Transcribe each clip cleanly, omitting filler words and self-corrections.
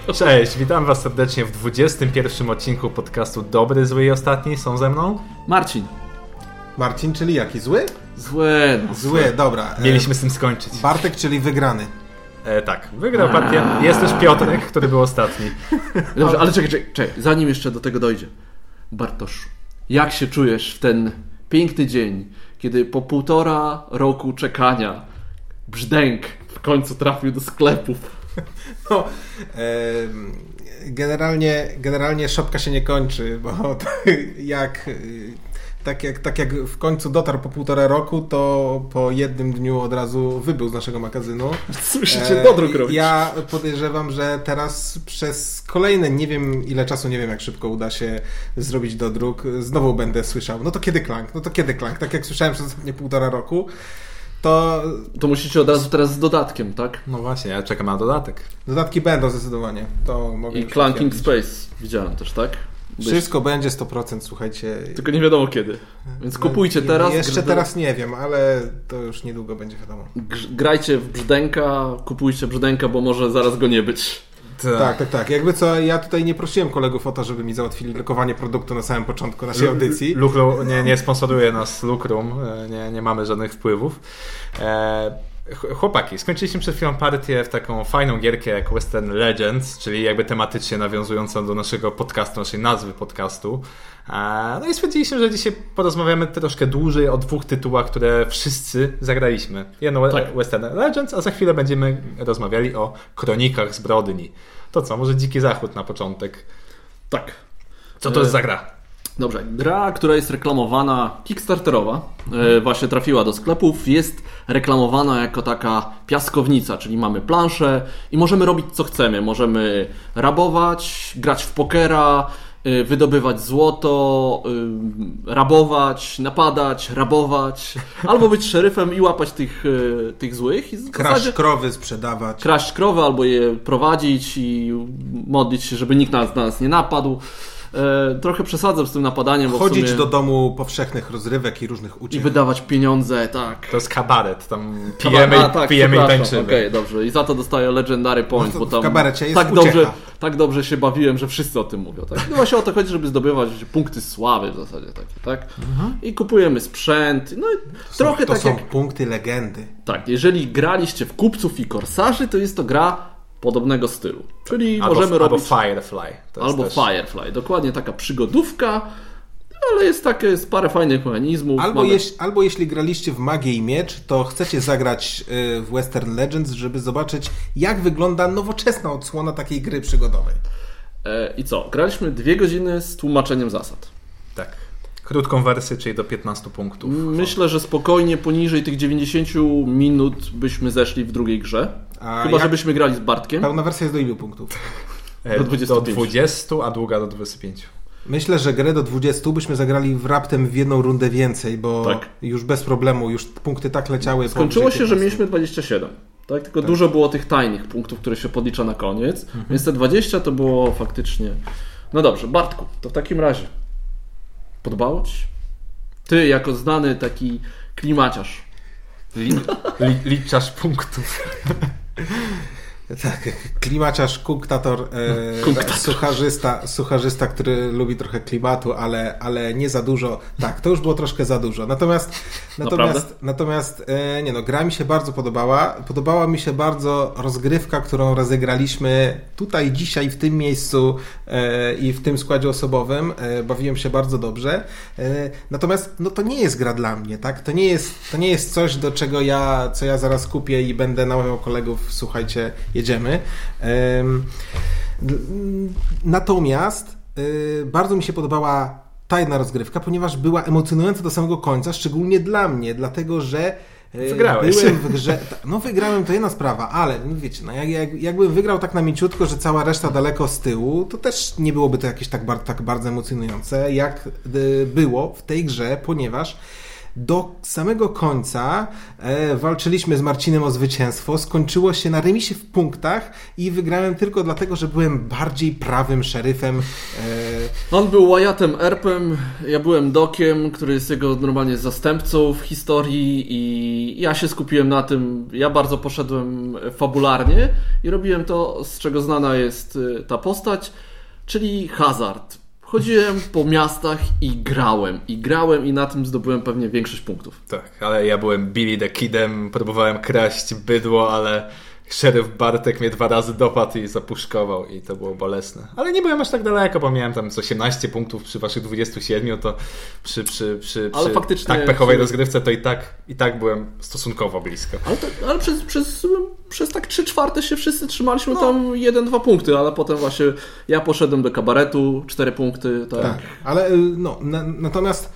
Cześć, witam was serdecznie w 21 odcinku podcastu Dobry, Zły i Ostatni. Są ze mną Marcin, czyli jaki? Zły? Zły, dobra. Mieliśmy z tym skończyć. Bartek, czyli wygrany. Tak, wygrał partię. Jest też Piotrek, który był ostatni. Dobrze, ale czekaj, zanim jeszcze do tego dojdzie. Bartosz, jak się czujesz w ten piękny dzień, kiedy po 1,5 roku czekania brzdęk w końcu trafił do sklepów? No, generalnie szopka się nie kończy, bo tak jak w końcu dotarł po 1,5 roku, to po jednym dniu od razu wybył z naszego magazynu. Słyszycie, dodruk robić. Ja podejrzewam, że teraz przez kolejne, nie wiem ile czasu, nie wiem jak szybko uda się zrobić dodruk, znowu będę słyszał, no to kiedy klank, tak jak słyszałem przez ostatnie 1,5 roku. To musicie od razu teraz z dodatkiem, tak? No właśnie, ja czekam na dodatek. Dodatki będą zdecydowanie. To mogę. I Clanking Space widziałem też, tak? Wszystko będzie 100%, słuchajcie. Tylko nie wiadomo kiedy. Więc kupujcie teraz. Jeszcze teraz nie wiem, ale to już niedługo będzie wiadomo. Grajcie w brzdęka, kupujcie brzdęka, bo może zaraz go nie być. Tak. Jakby co, ja tutaj nie prosiłem kolegów o to, żeby mi załatwili lokowanie produktu na samym początku naszej audycji. Lukrum nie sponsoruje nas Lukrum, nie mamy żadnych wpływów. Chłopaki, skończyliśmy przed chwilą partię w taką fajną gierkę jak Western Legends, czyli jakby tematycznie nawiązującą do naszego podcastu, naszej nazwy podcastu. No i stwierdziliśmy, że dzisiaj porozmawiamy troszkę dłużej o 2 tytułach, które wszyscy zagraliśmy. Jedno Western Legends, a za chwilę będziemy rozmawiali o Kronikach Zbrodni. To co, może Dziki Zachód na początek? Tak. Co to jest za gra? Dobrze, gra, która jest reklamowana, kickstarterowa, właśnie trafiła do sklepów, jest reklamowana jako taka piaskownica, czyli mamy planszę i możemy robić co chcemy. Możemy rabować, grać w pokera, wydobywać złoto, rabować, napadać, rabować, albo być szeryfem i łapać tych złych. I kraść krowy, sprzedawać. Kraść krowy albo je prowadzić i modlić się, żeby nikt na nas nie napadł. Trochę przesadzam z tym napadaniem. Chodzić w sumie... do domu powszechnych rozrywek i różnych uciech. I wydawać pieniądze, tak. To jest kabaret, tam pijemy i tańczymy. Okej, dobrze. I za to dostaję Legendary Point, no bo tam w kabarecie jest tak dobrze się bawiłem, że wszyscy o tym mówią. Tak? No właśnie o to chodzi, żeby zdobywać punkty sławy w zasadzie takie, tak? I kupujemy sprzęt. No i to są punkty legendy. Tak, jeżeli graliście w Kupców i Korsarzy, to jest to gra podobnego stylu. Czyli możemy robić... Albo Firefly. Dokładnie taka przygodówka, ale jest parę fajnych mechanizmów. Albo jeśli graliście w Magię i Miecz, to chcecie zagrać w Western Legends, żeby zobaczyć, jak wygląda nowoczesna odsłona takiej gry przygodowej. I co? Graliśmy 2 godziny z tłumaczeniem zasad. Tak. Krótką wersję, czyli do 15 punktów. Myślę, że spokojnie poniżej tych 90 minut byśmy zeszli w drugiej grze. Chyba, żebyśmy grali z Bartkiem. Pełna wersja jest do ilu punktów? Do 20, a długa do 25. Myślę, że grę do 20 byśmy zagrali raptem w jedną rundę więcej, bo już bez problemu, już punkty tak leciały. Skończyło się, że mieliśmy 27. Tak? Tylko dużo było tych tajnych punktów, które się podlicza na koniec. Więc te 20 to było faktycznie... No dobrze, Bartku, to w takim razie podobało Ci? Ty, jako znany taki klimaciarz. Liczarz punktów. Tak, klimaciarz, kunktator, sucharzysta, który lubi trochę klimatu, ale nie za dużo. Tak, to już było troszkę za dużo. Natomiast gra mi się bardzo podobała. Podobała mi się bardzo rozgrywka, którą rozegraliśmy tutaj, dzisiaj, w tym miejscu i w tym składzie osobowym. Bawiłem się bardzo dobrze. Natomiast to nie jest gra dla mnie, tak? To nie jest coś, co ja zaraz kupię i będę namawiał kolegów, słuchajcie, jedziemy. Natomiast bardzo mi się podobała ta jedna rozgrywka, ponieważ była emocjonująca do samego końca, szczególnie dla mnie, dlatego że wygrałeś. Byłem w grze... No wygrałem, to jedna sprawa, ale wiecie, jakbym wygrał tak na mięciutko, że cała reszta daleko z tyłu, to też nie byłoby to jakieś tak bardzo emocjonujące, jak było w tej grze, ponieważ do samego końca walczyliśmy z Marcinem o zwycięstwo. Skończyło się na remisie w punktach i wygrałem tylko dlatego, że byłem bardziej prawym szeryfem. On był Wyattem Earpem, ja byłem Dociem, który jest jego normalnie zastępcą w historii i ja się skupiłem na tym, ja bardzo poszedłem fabularnie i robiłem to, z czego znana jest ta postać, czyli hazard. Chodziłem po miastach i grałem i na tym zdobyłem pewnie większość punktów. Tak, ale ja byłem Billy the Kidem, próbowałem kraść bydło, ale szeryf Bartek mnie 2 razy dopadł i zapuszkował i to było bolesne. Ale nie byłem aż tak daleko, bo miałem tam z 18 punktów przy waszych 27, to przy ale faktycznie tak pechowej rozgrywce to i tak byłem stosunkowo blisko. Ale przez tak 3/4 się wszyscy trzymaliśmy tam 1-2 punkty, ale potem właśnie ja poszedłem do kabaretu, 4 punkty. Tak, ale natomiast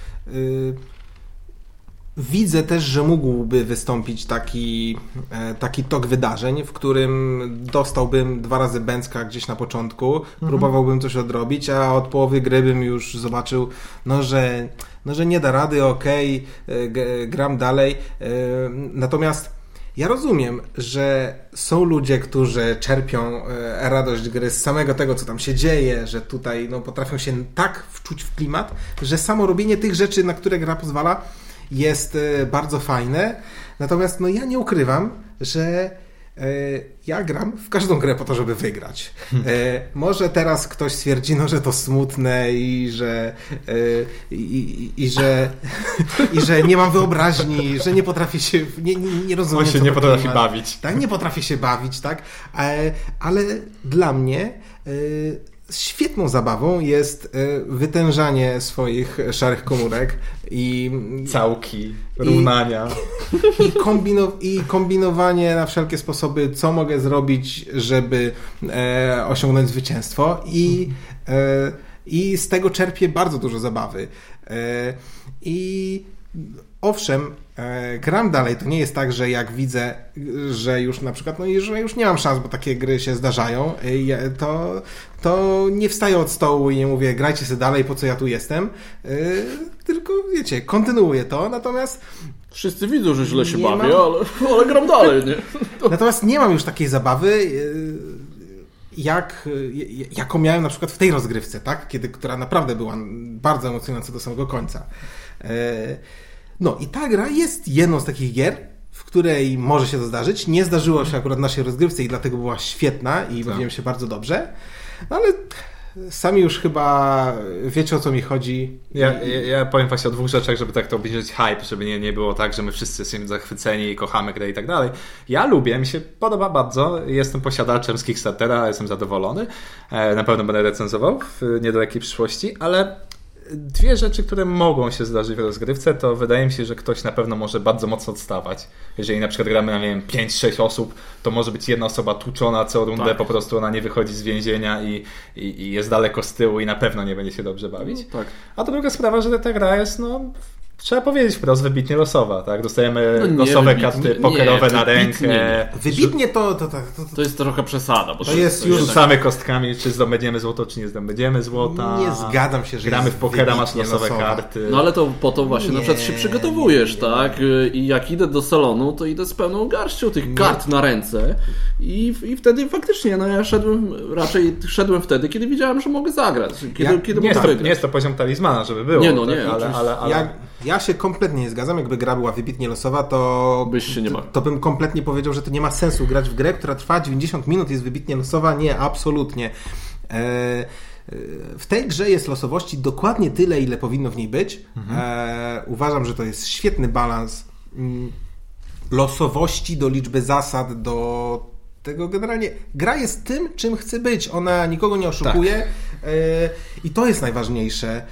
widzę też, że mógłby wystąpić taki tok wydarzeń, w którym dostałbym 2 razy bęcka gdzieś na początku, próbowałbym coś odrobić, a od połowy gry bym już zobaczył, że nie da rady, gram dalej. Natomiast ja rozumiem, że są ludzie, którzy czerpią radość gry z samego tego, co tam się dzieje, że tutaj potrafią się tak wczuć w klimat, że samo robienie tych rzeczy, na które gra pozwala, jest bardzo fajne. Natomiast ja nie ukrywam, że ja gram w każdą grę po to, żeby wygrać. Może teraz ktoś stwierdzi, że to smutne i że nie mam wyobraźni, że nie potrafię się, nie rozumiem. On się nie potrafi bawić. Tak, nie potrafię się bawić, tak? Ale dla mnie świetną zabawą jest wytężanie swoich szarych komórek i całki, równania i kombinowanie na wszelkie sposoby, co mogę zrobić, żeby osiągnąć zwycięstwo i z tego czerpię bardzo dużo zabawy. I owszem, gram dalej. To nie jest tak, że jak widzę, że już na przykład, że już nie mam szans, bo takie gry się zdarzają, to nie wstaję od stołu i nie mówię, grajcie sobie dalej, po co ja tu jestem, tylko wiecie, kontynuuję to, natomiast wszyscy widzą, że źle się bawię, ale gram dalej, nie? Natomiast nie mam już takiej zabawy, jaką miałem na przykład w tej rozgrywce, tak? Która naprawdę była bardzo emocjonująca do samego końca. I ta gra jest jedną z takich gier, w której może się to zdarzyć. Nie zdarzyło się akurat w naszej rozgrywce i dlatego była świetna i bawiłem się bardzo dobrze. Ale sami już chyba wiecie, o co mi chodzi. Ja powiem właśnie o 2 rzeczach, żeby tak to obniżyć hype, żeby nie było tak, że my wszyscy jesteśmy zachwyceni i kochamy grę i tak dalej. Ja lubię, mi się podoba bardzo. Jestem posiadaczem z Kickstartera, jestem zadowolony. Na pewno będę recenzował w niedalekiej przyszłości, ale 2 rzeczy, które mogą się zdarzyć w rozgrywce, to wydaje mi się, że ktoś na pewno może bardzo mocno odstawać. Jeżeli na przykład gramy na 5-6 osób, to może być jedna osoba tłuczona co rundę, tak. Po prostu ona nie wychodzi z więzienia i jest daleko z tyłu i na pewno nie będzie się dobrze bawić. Tak. A to druga sprawa, że ta gra jest trzeba powiedzieć wprost, wybitnie losowa, tak? Dostajemy losowe karty pokerowe na rękę. Wybitnie to jest trochę przesada. Bo to jest już rzucamy kostkami, czy zdobędziemy złoto, czy nie zdobędziemy złota. Nie zgadzam się, że gramy w pokera, masz losowe karty. Ale to po to właśnie na przykład się przygotowujesz, tak? I jak idę do salonu, to idę z pełną garścią tych kart na ręce i wtedy faktycznie, ja szedłem wtedy, kiedy wiedziałem, że mogę zagrać. Kiedy nie jest to poziom talizmana, żeby było. Ja się kompletnie nie zgadzam. Jakby gra była wybitnie losowa, to bym kompletnie powiedział, że to nie ma sensu grać w grę, która trwa 90 minut, jest wybitnie losowa. Nie, absolutnie. W tej grze jest losowości dokładnie tyle, ile powinno w niej być. Uważam, że to jest świetny balans losowości do liczby zasad, do tego generalnie. Gra jest tym, czym chce być. Ona nikogo nie oszukuje. Tak. I to jest najważniejsze,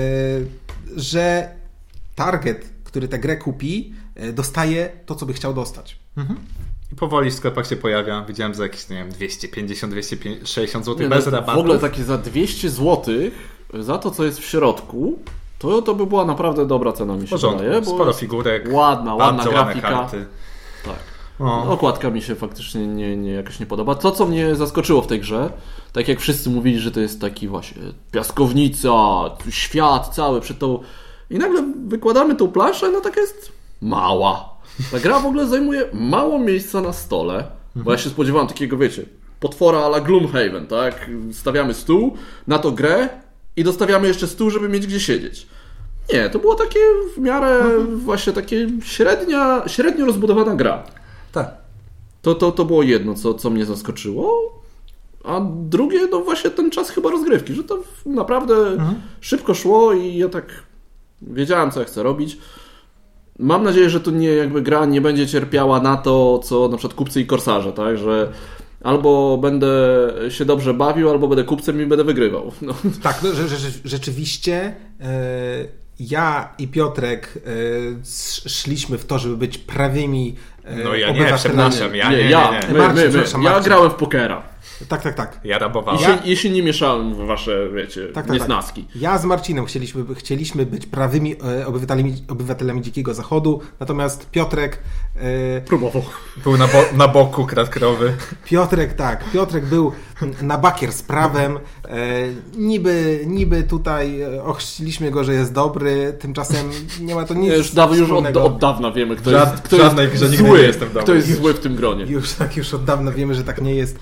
że target, który tę grę kupi, dostaje to, co by chciał dostać. I powoli w sklepach się pojawia. Widziałem za jakieś, 250-260 zł bez rabatu. W ogóle takie za 200 zł za to, co jest w środku, to by była naprawdę dobra cena, mi się wydaje. Sporo figurek. Ładna grafika. Karty. Tak. Okładka mi się faktycznie jakoś nie podoba. To, co mnie zaskoczyło w tej grze, tak jak wszyscy mówili, że to jest taki właśnie piaskownica, świat cały przed tą I nagle wykładamy tą planszę, no taka jest mała. Ta gra w ogóle zajmuje mało miejsca na stole, bo ja się spodziewałem takiego, wiecie, potwora a la Gloomhaven, tak? Stawiamy stół, na to grę i dostawiamy jeszcze stół, żeby mieć gdzie siedzieć. Nie, to było takie w miarę właśnie takie średnio rozbudowana gra. Tak. To było jedno, co mnie zaskoczyło. A drugie, no właśnie ten czas chyba rozgrywki, że to naprawdę szybko szło i ja tak wiedziałem, co ja chcę robić. Mam nadzieję, że to gra nie będzie cierpiała na to, co na przykład kupcy i korsarze, tak, że albo będę się dobrze bawił, albo będę kupcem i będę wygrywał. No. Tak, no, rzeczywiście ja i Piotrek szliśmy w to, żeby być prawymi obywatelami. Ja grałem w pokera. Tak. Ja rabowałem. Jeśli nie mieszałem w wasze, wiecie, niesnaski. Tak. Ja z Marcinem chcieliśmy być prawymi obywatelami Dzikiego Zachodu, natomiast Piotrek próbował. Był na boku kradł krowy. Piotrek był na bakier z prawem. Niby tutaj ochrzciliśmy go, że jest dobry, tymczasem nie ma to nic już od dawna wiemy, kto jest zły. Kto jest zły w tym gronie. Już od dawna wiemy, że tak nie jest.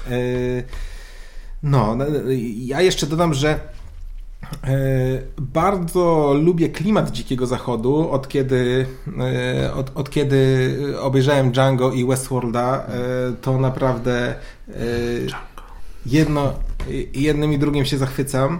No, ja jeszcze dodam, że bardzo lubię klimat Dzikiego Zachodu, od kiedy obejrzałem Django i Westworlda, to naprawdę jednym i drugim się zachwycam.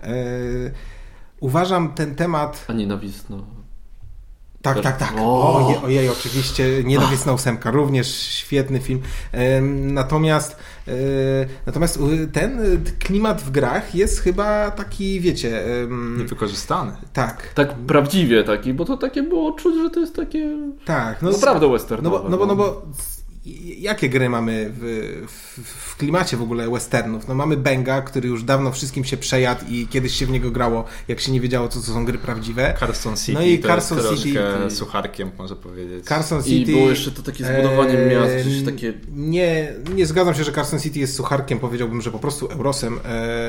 Uważam ten temat... A nienawistno. Tak. Ojej, oczywiście Nienawistna ósemka, również świetny film. Natomiast ten klimat w grach jest chyba taki, wiecie... Niewykorzystany. Tak. Tak prawdziwie taki, bo to takie było czuć, że to jest takie... Tak. Naprawdę westernowe. No bo jakie gry mamy w klimacie w ogóle westernów? No mamy Benga, który już dawno wszystkim się przejadł i kiedyś się w niego grało, jak się nie wiedziało, co to są gry prawdziwe. Carson City, no i to Carson jest City sucharkiem, można powiedzieć. Carson City, i było jeszcze to takie zbudowanie miast, gdzieś takie... Nie zgadzam się, że Carson City jest sucharkiem, powiedziałbym, że po prostu Eurosem,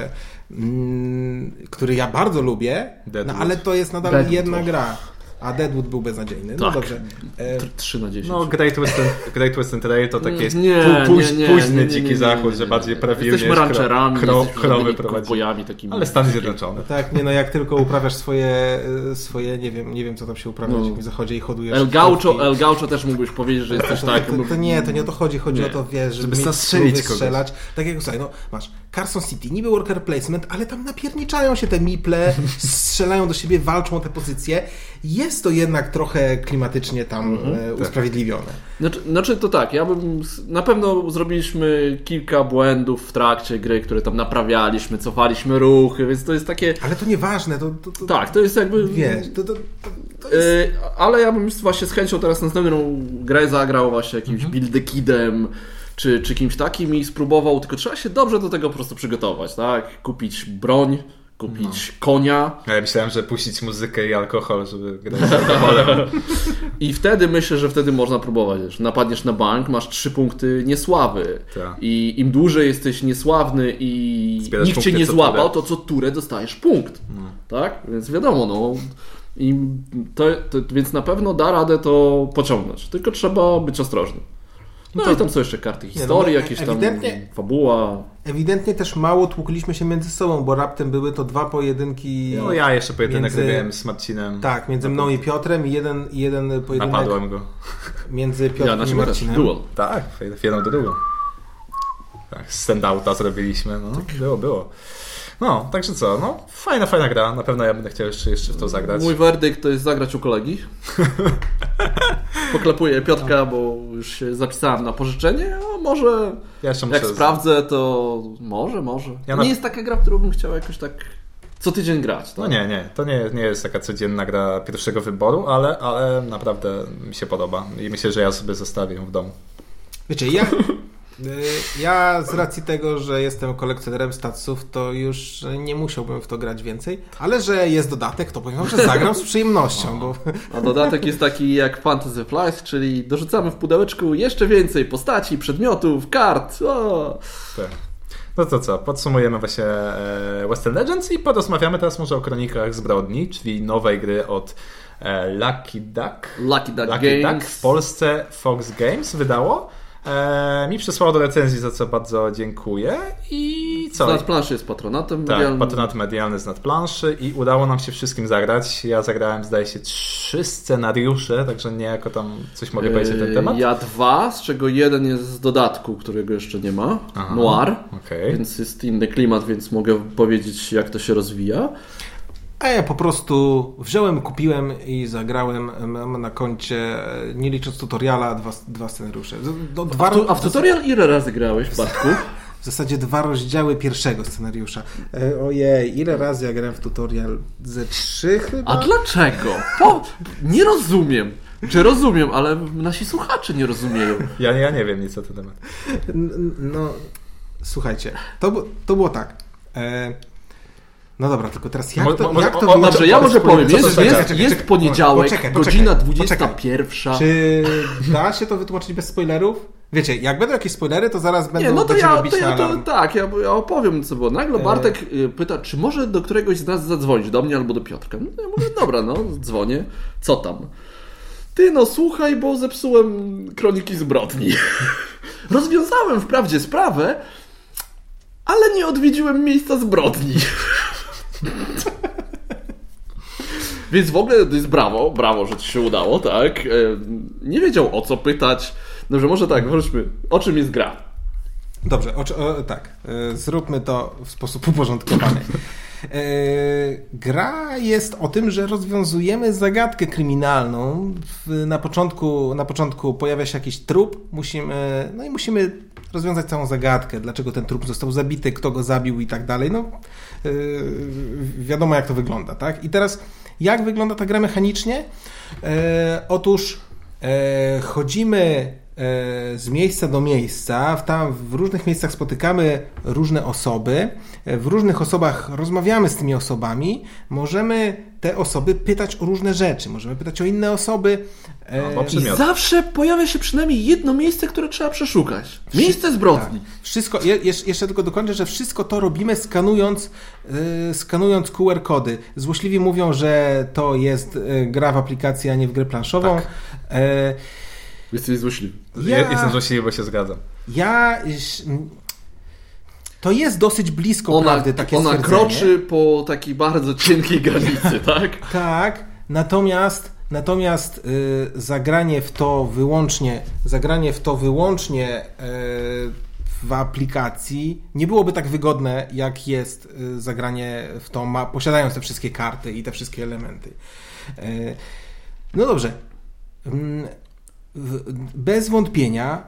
który ja bardzo lubię, ale to jest nadal jedna gra. A Deadwood był beznadziejny. No tak. Dobrze. 3/10. No Great Western Trail to taki jest późny Dziki Zachód, że bardziej prawilnie jesteśmy rancherami, krowy prowadzi. Takimi. Ale Stany Zjednoczone. Tak, jak tylko uprawiasz swoje nie wiem co tam się uprawia w Dzikim Zachodzie i hodujesz... El Gaucho też mógłbyś powiedzieć, że jesteś tak... To nie o to chodzi o to, wiesz, żeby strzelać. Tak jak słuchaj, masz Carson City, niby worker placement, ale tam napierniczają się te miple, strzelają do siebie, walczą o te pozycje. Jest to jednak trochę klimatycznie tam usprawiedliwione. Znaczy to tak, na pewno zrobiliśmy kilka błędów w trakcie gry, które tam naprawialiśmy, cofaliśmy ruchy, więc to jest takie... Ale to nieważne. Tak, to jest jakby... Wiesz, ale ja bym właśnie z chęcią teraz następną grę zagrał właśnie jakimś Build the Kidem, czy kimś takim i spróbował, tylko trzeba się dobrze do tego po prostu przygotować, tak? Kupić broń, kupić konia. Ja myślałem, że puścić muzykę i alkohol, żeby grać z alkoholem. I myślę, że wtedy można próbować. Wiesz, napadniesz na bank, masz 3 punkty niesławy. Tak. I im dłużej jesteś niesławny i zbierasz nikt cię nie złapał, to co turę dostajesz punkt. Tak? Więc wiadomo, więc na pewno da radę to pociągnąć. Tylko trzeba być ostrożnym. No i tam są jeszcze karty historii, jakieś tam fabuła. Ewidentnie też mało tłukliśmy się między sobą, bo raptem były to 2 pojedynki. No ja jeszcze pojedynek zrobiłem z Marcinem. Tak, między mną i Piotrem i jeden pojedynek. Napadłem go. Między Piotrem i Marcinem. Duel. Tak, jeden do drugiego. Tak, stand-outa zrobiliśmy, było. No, także co, fajna gra, na pewno ja będę chciał jeszcze w to zagrać. Mój werdykt to jest zagrać u kolegi. Poklepuję Piotrka, bo już się zapisałem na pożyczenie, a może jak sprawdzę, to może. Nie jest taka gra, w którą bym chciał jakoś tak co tydzień grać. Tak? No nie, to nie jest taka codzienna gra pierwszego wyboru, ale naprawdę mi się podoba i myślę, że ja sobie zostawię ją w domu. Wiecie, ja z racji tego, że jestem kolekcjonerem statsów, to już nie musiałbym w to grać więcej, ale że jest dodatek, to powiem, że zagram z przyjemnością. Bo... A dodatek jest taki jak Fantasy Flight, czyli dorzucamy w pudełeczku jeszcze więcej postaci, przedmiotów, kart. Tak. No to co, podsumujemy właśnie Western Legends i porozmawiamy teraz może o Kronikach Zbrodni, czyli nowej gry od Lucky Duck Games. W Polsce Fox Games wydało. Mi przysłało do recenzji, za co bardzo dziękuję. I co? Z nadplanszy jest patronatem medialnym. Tak, patronat medialny z nadplanszy i udało nam się wszystkim zagrać. Ja zagrałem, zdaje się, 3 scenariusze, także niejako tam coś mogę powiedzieć na ten temat. Ja 2, z czego jeden jest z dodatku, którego jeszcze nie ma. Aha, Noir, więc jest inny klimat, więc mogę powiedzieć, jak to się rozwija. A ja po prostu wziąłem, kupiłem i zagrałem. Mam na koncie, nie licząc tutoriala, 2 scenariusze. A w tutorial ile razy grałeś, Bartku? W zasadzie 2 rozdziały pierwszego scenariusza. Ojej, ile razy ja grałem w tutorial? Ze 3 chyba? A dlaczego? Nie rozumiem. Czy rozumiem, ale nasi słuchacze nie rozumieją. Ja nie wiem nic na ten temat. No, słuchajcie, to było tak. No dobra, tylko teraz jak to dobrze, ja może powiem. Jest poniedziałek, godzina 21. Czy da się to wytłumaczyć bez spoilerów? Wiecie, jak będą jakieś spoilery, to zaraz będą ja opowiem, co było. Nagle Bartek pyta, czy może do któregoś z nas zadzwonić, do mnie albo do Piotrka. No ja mówię, dobra, dzwonię. Co tam? Ty, słuchaj, bo zepsułem Kroniki Zbrodni. Rozwiązałem wprawdzie sprawę, ale nie odwiedziłem miejsca zbrodni. Więc w ogóle to jest brawo, że ci się udało, tak? Nie wiedział, o co pytać. Dobrze, może tak, wróćmy. O czym jest gra? Dobrze, tak. Zróbmy to w sposób uporządkowany. Gra jest o tym, że rozwiązujemy zagadkę kryminalną. Na początku pojawia się jakiś trup, musimy rozwiązać całą zagadkę, dlaczego ten trup został zabity, kto go zabił i tak dalej. Wiadomo, jak to wygląda, tak? I teraz, jak wygląda ta gra mechanicznie? Otóż chodzimy z miejsca do miejsca, w różnych miejscach spotykamy różne osoby, w różnych osobach rozmawiamy z tymi osobami, możemy te osoby pytać o różne rzeczy, możemy pytać o inne osoby. I zawsze pojawia się przynajmniej jedno miejsce, które trzeba przeszukać. Miejsce zbrodni. Tak. Wszystko, jeszcze tylko dokończę, że wszystko to robimy skanując QR-kody. Złośliwi mówią, że to jest gra w aplikacji, a nie w grę planszową. Tak. Jesteś złośliwy. Jestem złośliwy, bo się zgadzam. To jest dosyć blisko prawdy takie stwierdzenie. Ona kroczy po takiej bardzo cienkiej granicy, tak? Tak, natomiast zagranie w to wyłącznie w aplikacji nie byłoby tak wygodne, jak jest zagranie w to, posiadając te wszystkie karty i te wszystkie elementy. No dobrze. Bez wątpienia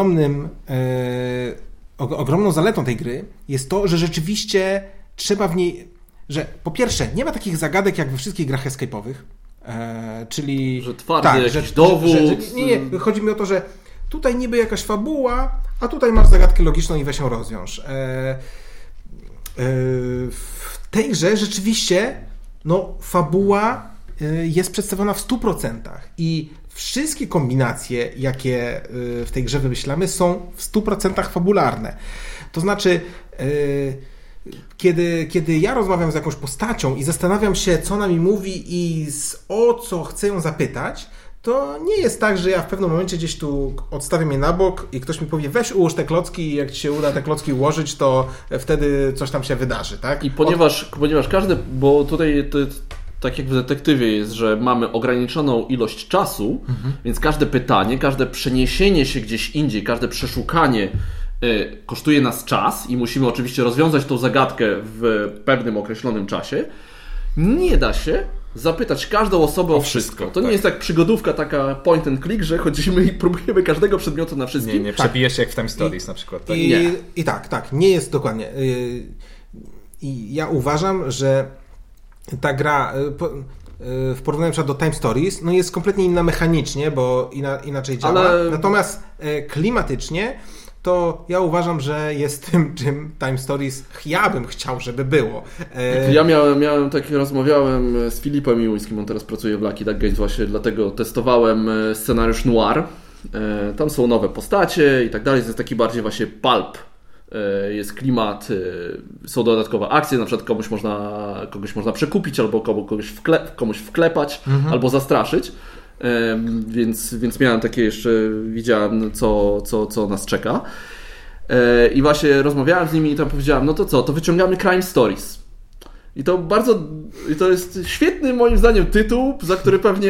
ogromną zaletą tej gry jest to, że rzeczywiście trzeba w niej, że po pierwsze nie ma takich zagadek jak we wszystkich grach escape'owych, czyli że twardy jakiś dowód. Nie, chodzi mi o to, że tutaj niby jakaś fabuła, a tutaj masz zagadkę logiczną i weź ją rozwiąż. W tej grze rzeczywiście fabuła jest przedstawiona w 100% i wszystkie kombinacje, jakie w tej grze wymyślamy, są w 100% fabularne. To znaczy, kiedy ja rozmawiam z jakąś postacią i zastanawiam się, co ona mi mówi i o co chcę ją zapytać, to nie jest tak, że ja w pewnym momencie gdzieś tu odstawię je na bok i ktoś mi powie, weź ułóż te klocki i jak ci się uda te klocki ułożyć, to wtedy coś tam się wydarzy, tak? I ponieważ każdy, bo tutaj to tak jak w detektywie jest, że mamy ograniczoną ilość czasu, więc każde pytanie, każde przeniesienie się gdzieś indziej, każde przeszukanie kosztuje nas czas i musimy oczywiście rozwiązać tą zagadkę w pewnym określonym czasie. Nie da się zapytać każdą osobę o wszystko. To nie jest jak przygodówka taka point and click, że chodzimy i próbujemy każdego przedmiotu na wszystkim. Nie przebijesz się jak w Time Stories na przykład. Tak? I tak, nie jest dokładnie. I ja uważam, że ta gra w porównaniu do Time Stories jest kompletnie inna mechanicznie, bo inaczej działa. Natomiast klimatycznie to ja uważam, że jest tym, czym Time Stories ja bym chciał, żeby było. Ja rozmawiałem z Filipem Miłuńskim, on teraz pracuje w Lucky Duck Games, właśnie dlatego testowałem scenariusz noir. Tam są nowe postacie i tak dalej, to jest taki bardziej właśnie pulp jest klimat, są dodatkowe akcje, na przykład kogoś można przekupić, albo komuś wklepać, albo zastraszyć. Więc miałem takie jeszcze, widziałem co nas czeka. I właśnie rozmawiałem z nimi i tam powiedziałem, no to co, to wyciągamy Crime Stories. I to jest świetny moim zdaniem tytuł, za który pewnie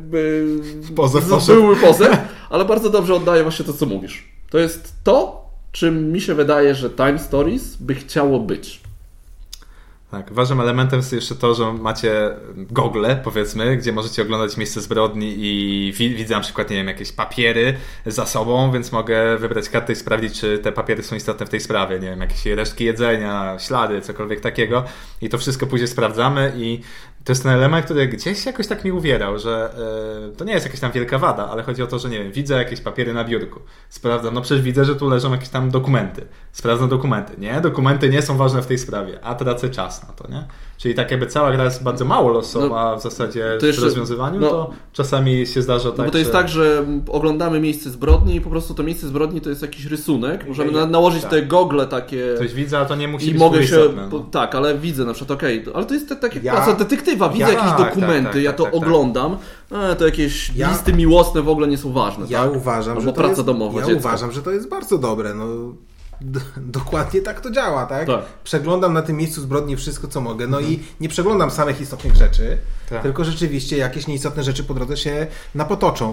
byłby pozew, ale bardzo dobrze oddaje właśnie to, co mówisz. To jest to, czym mi się wydaje, że Time Stories by chciało być. Tak, ważnym elementem jest jeszcze to, że macie gogle, powiedzmy, gdzie możecie oglądać miejsce zbrodni i widzę na przykład, nie wiem, jakieś papiery za sobą, więc mogę wybrać kartę i sprawdzić, czy te papiery są istotne w tej sprawie, nie wiem, jakieś resztki jedzenia, ślady, cokolwiek takiego i to wszystko później sprawdzamy i to jest ten element, który gdzieś jakoś tak mi uwierał, że to nie jest jakaś tam wielka wada, ale chodzi o to, że nie wiem, widzę jakieś papiery na biurku, sprawdzam, no przecież widzę, że tu leżą jakieś tam dokumenty, sprawdzam dokumenty, nie? Dokumenty nie są ważne w tej sprawie, a tracę czas na to, nie? Czyli tak jakby cała gra jest bardzo mało losowa w zasadzie w rozwiązywaniu, to czasami się zdarza tak, bo to jest tak, że oglądamy miejsce zbrodni i po prostu to miejsce zbrodni to jest jakiś rysunek, możemy nałożyć te gogle takie... Coś widzę, a to nie musi i być mogę się, no. Tak, ale widzę na przykład, ale to jest tak jak praca detektywa, widzę jakieś dokumenty, ja to oglądam, to jakieś listy miłosne w ogóle nie są ważne. Ja tak? uważam, że praca domowa dziecka. Uważam, że to jest bardzo dobre, no... Dokładnie tak to działa, tak? Przeglądam na tym miejscu zbrodni wszystko, co mogę. No i nie przeglądam samych istotnych rzeczy, tylko rzeczywiście jakieś nieistotne rzeczy po drodze się napotoczą.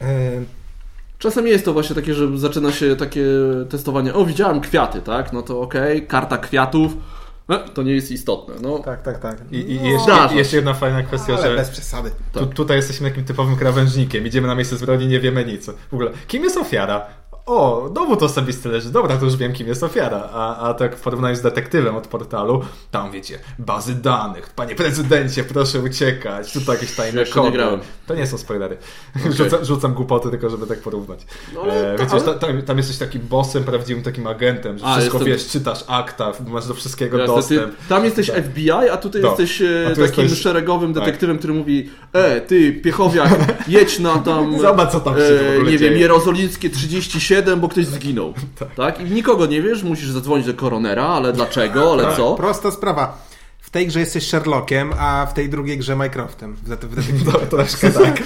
Czasami jest to właśnie takie, że zaczyna się takie testowanie. O, widziałem kwiaty, tak? No to okej, karta kwiatów. To nie jest istotne. No. Tak. I jeszcze jedna fajna kwestia, ale że bez przesady. Tutaj jesteśmy takim typowym krawężnikiem. Idziemy na miejsce zbrodni, nie wiemy nic. W ogóle, kim jest ofiara? O, dowód osobisty leży. Dobra, to już wiem, kim jest ofiara. A tak w porównaniu z detektywem od portalu, tam wiecie, bazy danych. Panie prezydencie, proszę uciekać. Tutaj jakieś tajne kody. To nie są spoilery. Okay. Rzucam głupoty tylko, żeby tak porównać. No, tam jesteś takim bossem, prawdziwym takim agentem, że wszystko wiesz, czytasz akta, masz do wszystkiego dostęp. Tam jesteś FBI, a tutaj jesteś takim szeregowym detektywem, który mówi ty, piechowiak, jedź na tam... Zobacz, co tam się w ogóle nie dzieje. wiem, Jerozolickie 37, bo ktoś zginął. tak? I nikogo nie wiesz, musisz zadzwonić do koronera, ale dlaczego, ale co? Prosta sprawa. W tej grze jesteś Sherlockiem, a w tej drugiej grze Mycroftem. Troszkę tak.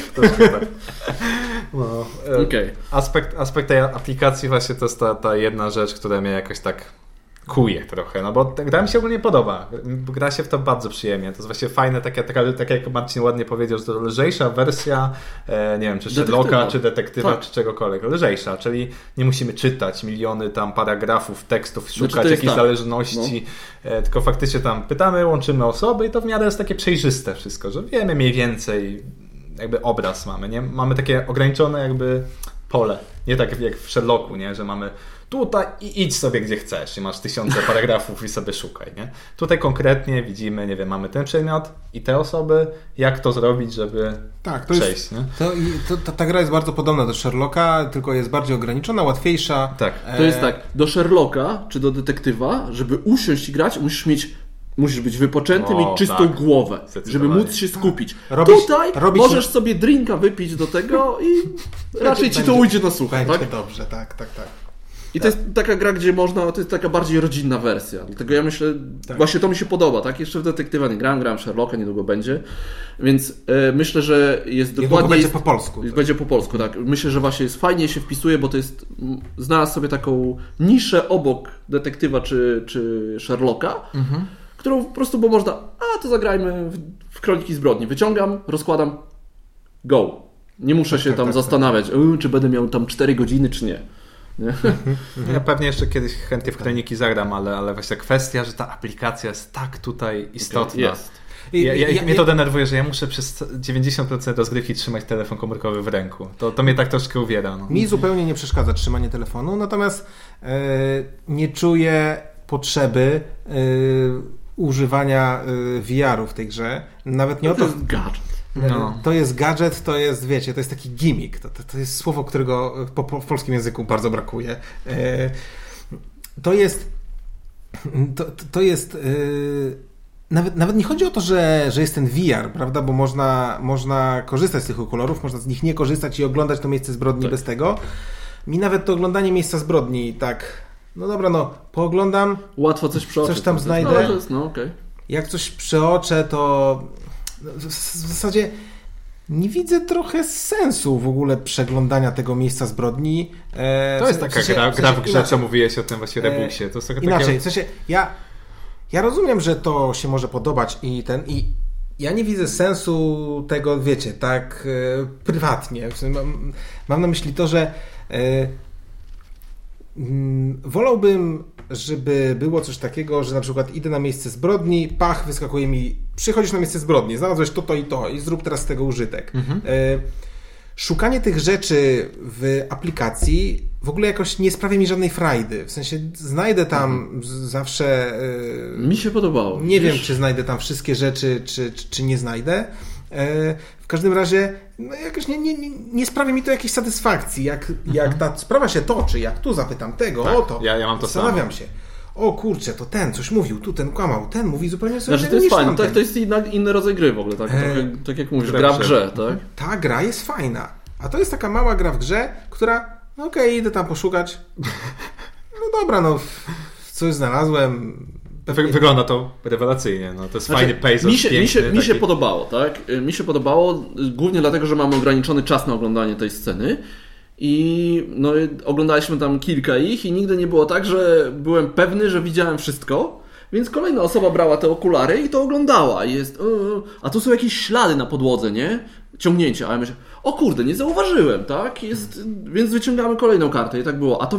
No, okay. Aspekt tej aplikacji właśnie to jest ta jedna rzecz, która mnie jakoś tak kuje trochę, no bo gra mi się ogólnie podoba. Gra się w to bardzo przyjemnie. To jest właśnie fajne, tak jak Marcin ładnie powiedział, że to lżejsza wersja, nie wiem, czy Sherlocka, czy detektywa, czy czegokolwiek. Lżejsza, czyli nie musimy czytać miliony tam paragrafów, tekstów, szukać jakichś zależności, tylko faktycznie tam pytamy, łączymy osoby i to w miarę jest takie przejrzyste wszystko, że wiemy mniej więcej, jakby obraz mamy, nie? Mamy takie ograniczone jakby pole. Nie tak jak w Sherlocku, nie? Że mamy tutaj i idź sobie gdzie chcesz i masz tysiące paragrafów i sobie szukaj, nie? Tutaj konkretnie widzimy, nie wiem, mamy ten przedmiot i te osoby, jak to zrobić, żeby przejść, nie? Ta gra jest bardzo podobna do Sherlocka, tylko jest bardziej ograniczona, łatwiejsza. Tak. To jest tak, do Sherlocka czy do detektywa, żeby usiąść i grać, musisz być wypoczęty, mieć czystą głowę, żeby móc się skupić. Tutaj możesz sobie drinka wypić do tego i raczej ci to ujdzie na sucho. Będzie dobrze, tak. I to jest taka gra, gdzie można, to jest taka bardziej rodzinna wersja. Dlatego ja myślę, właśnie to mi się podoba, tak? Jeszcze w detektywa nie grałem Sherlocka, niedługo będzie. Więc myślę, że jest dokładnie... będzie po polsku. Będzie po polsku, tak. Myślę, że właśnie jest fajnie się wpisuje, bo to jest... Znalazł sobie taką niszę obok detektywa czy Sherlocka, którą po prostu, bo można, to zagrajmy w Kroniki Zbrodni. Wyciągam, rozkładam, go. Nie muszę się tam zastanawiać, czy będę miał tam 4 godziny, czy nie. Ja pewnie jeszcze kiedyś chętnie w Kroniki zagram, ale właśnie kwestia, że ta aplikacja jest tak tutaj istotna. Jest. Mnie to denerwuje, że ja muszę przez 90% rozgrywki trzymać telefon komórkowy w ręku. To mnie tak troszkę uwiera. No. Mi zupełnie nie przeszkadza trzymanie telefonu, natomiast nie czuję potrzeby używania VR-u w tej grze. Nawet nie o to... To jest gadżet. To jest gadżet, to jest, wiecie, to jest taki gimmick. To jest słowo, którego w polskim języku bardzo brakuje. To jest nawet nie chodzi o to, że jest ten VR, prawda, bo można korzystać z tych okularów, można z nich nie korzystać i oglądać to miejsce zbrodni bez tego. Mi nawet to oglądanie miejsca zbrodni tak no dobra, no pooglądam, łatwo coś przeoczyć. Coś tam znajdę. Okay. Jak coś przeoczę, to w zasadzie nie widzę trochę sensu w ogóle przeglądania tego miejsca zbrodni. To jest taka gra w grze, co mówiłeś o tym właśnie Rebuxie. To jest inaczej, w sensie ja rozumiem, że to się może podobać i ja nie widzę sensu tego, wiecie, tak prywatnie. W sensie mam na myśli to, że wolałbym, żeby było coś takiego, że na przykład idę na miejsce zbrodni, wyskakuje mi, przychodzisz na miejsce zbrodni, znalazłeś to i to i zrób teraz z tego użytek. Szukanie tych rzeczy w aplikacji w ogóle jakoś nie sprawia mi żadnej frajdy. W sensie znajdę tam zawsze... Mi się podobało. Nie wiem, czy znajdę tam wszystkie rzeczy, czy nie znajdę. W każdym razie jakoś nie sprawia mi to jakiejś satysfakcji. Jak ta sprawa się toczy, jak tu zapytam tego, tak, o to, ja mam to zastanawiam się. O kurczę, to ten coś mówił, tu ten kłamał, ten mówi zupełnie coś innego. To jest fajne, tak, to jest inny rodzaj gry w ogóle, tak, tak jak mówisz, gra w grze, tak? Ta gra jest fajna, a to jest taka mała gra w grze, która, no okej, idę tam poszukać, no dobra, no coś znalazłem. Wygląda to rewelacyjnie, no to jest fajny pace. Mi się podobało, tak? Mi się podobało głównie dlatego, że mamy ograniczony czas na oglądanie tej sceny. I no, oglądaliśmy tam kilka ich i nigdy nie było tak, że byłem pewny, że widziałem wszystko, więc kolejna osoba brała te okulary i to oglądała. A tu są jakieś ślady na podłodze, nie? Ciągnięcia. A ja myślę, o kurde, nie zauważyłem, tak? Więc wyciągamy kolejną kartę i tak było. A to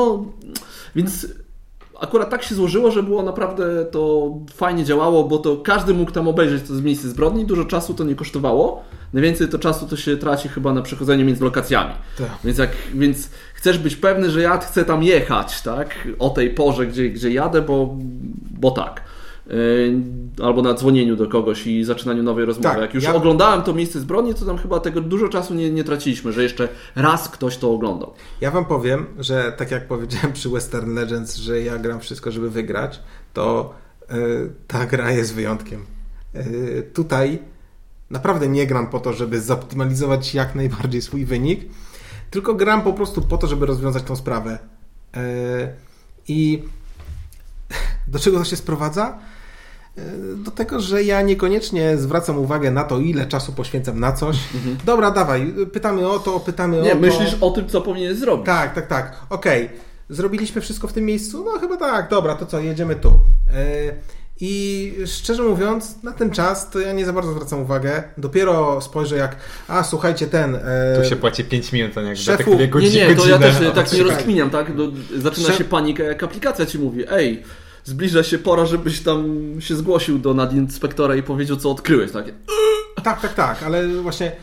więc akurat tak się złożyło, że było naprawdę to fajnie działało, bo to każdy mógł tam obejrzeć to z miejsca zbrodni, dużo czasu to nie kosztowało. Najwięcej to czasu to się traci chyba na przechodzenie między lokacjami. Tak. Więc chcesz być pewny, że ja chcę tam jechać, tak? O tej porze, gdzie jadę, bo tak. Albo na dzwonieniu do kogoś i zaczynaniu nowej rozmowy. Tak, jak już oglądałem to miejsce zbrodni, to tam chyba tego dużo czasu nie traciliśmy, że jeszcze raz ktoś to oglądał. Ja wam powiem, że tak jak powiedziałem przy Western Legends, że ja gram wszystko, żeby wygrać, to ta gra jest wyjątkiem. Tutaj naprawdę nie gram po to, żeby zoptymalizować jak najbardziej swój wynik, tylko gram po prostu po to, żeby rozwiązać tą sprawę. I do czego to się sprowadza? Do tego, że ja niekoniecznie zwracam uwagę na to, ile czasu poświęcam na coś. Dobra, dawaj, pytamy o to, Nie, myślisz o tym, co powinieneś zrobić. Tak. Okej. Zrobiliśmy wszystko w tym miejscu? No chyba tak. Dobra, to co, jedziemy tu. I szczerze mówiąc, na ten czas to ja nie za bardzo zwracam uwagę. Dopiero spojrzę słuchajcie, Tu się płaci 5 minut, a nie szefu... tak 2 godziny. Nie, to ja też tak nie rozkminiam, tak? Zaczyna się panika, jak aplikacja ci mówi, zbliża się pora, żebyś tam się zgłosił do nadinspektora i powiedział, co odkryłeś, tak? Tak, ale właśnie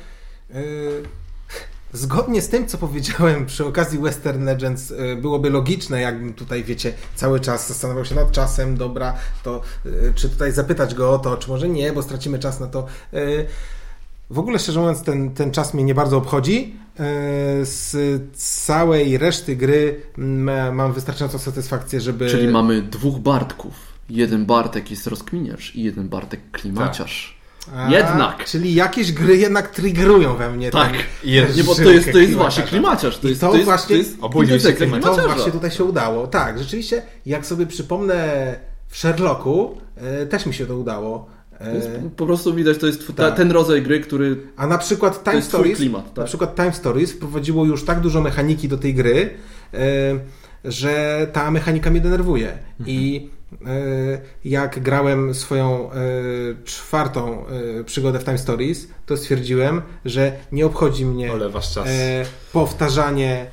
zgodnie z tym, co powiedziałem przy okazji Western Legends, byłoby logiczne, jakbym tutaj, wiecie, cały czas zastanawiał się nad czasem, dobra, to czy tutaj zapytać go o to, czy może nie, bo stracimy czas na to. W ogóle, szczerze mówiąc, ten czas mnie nie bardzo obchodzi. Z całej reszty gry mam wystarczającą satysfakcję, żeby... Czyli mamy 2 Bartków. Jeden Bartek jest rozkminiarz i jeden Bartek klimaciarz. Jednak. Czyli jakieś gry jednak triggerują we mnie. Tak. Nie, bo to jest właśnie klimaciarz. To jest To właśnie tutaj się udało. Tak, rzeczywiście, jak sobie przypomnę w Sherlocku, też mi się to udało. Po prostu widać, to jest ten rodzaj gry, który... A na przykład Time Stories, klimat, tak. Na przykład Time Stories wprowadziło już tak dużo mechaniki do tej gry, że ta mechanika mnie denerwuje. I jak grałem swoją 4. przygodę w Time Stories, to stwierdziłem, że nie obchodzi mnie powtarzanie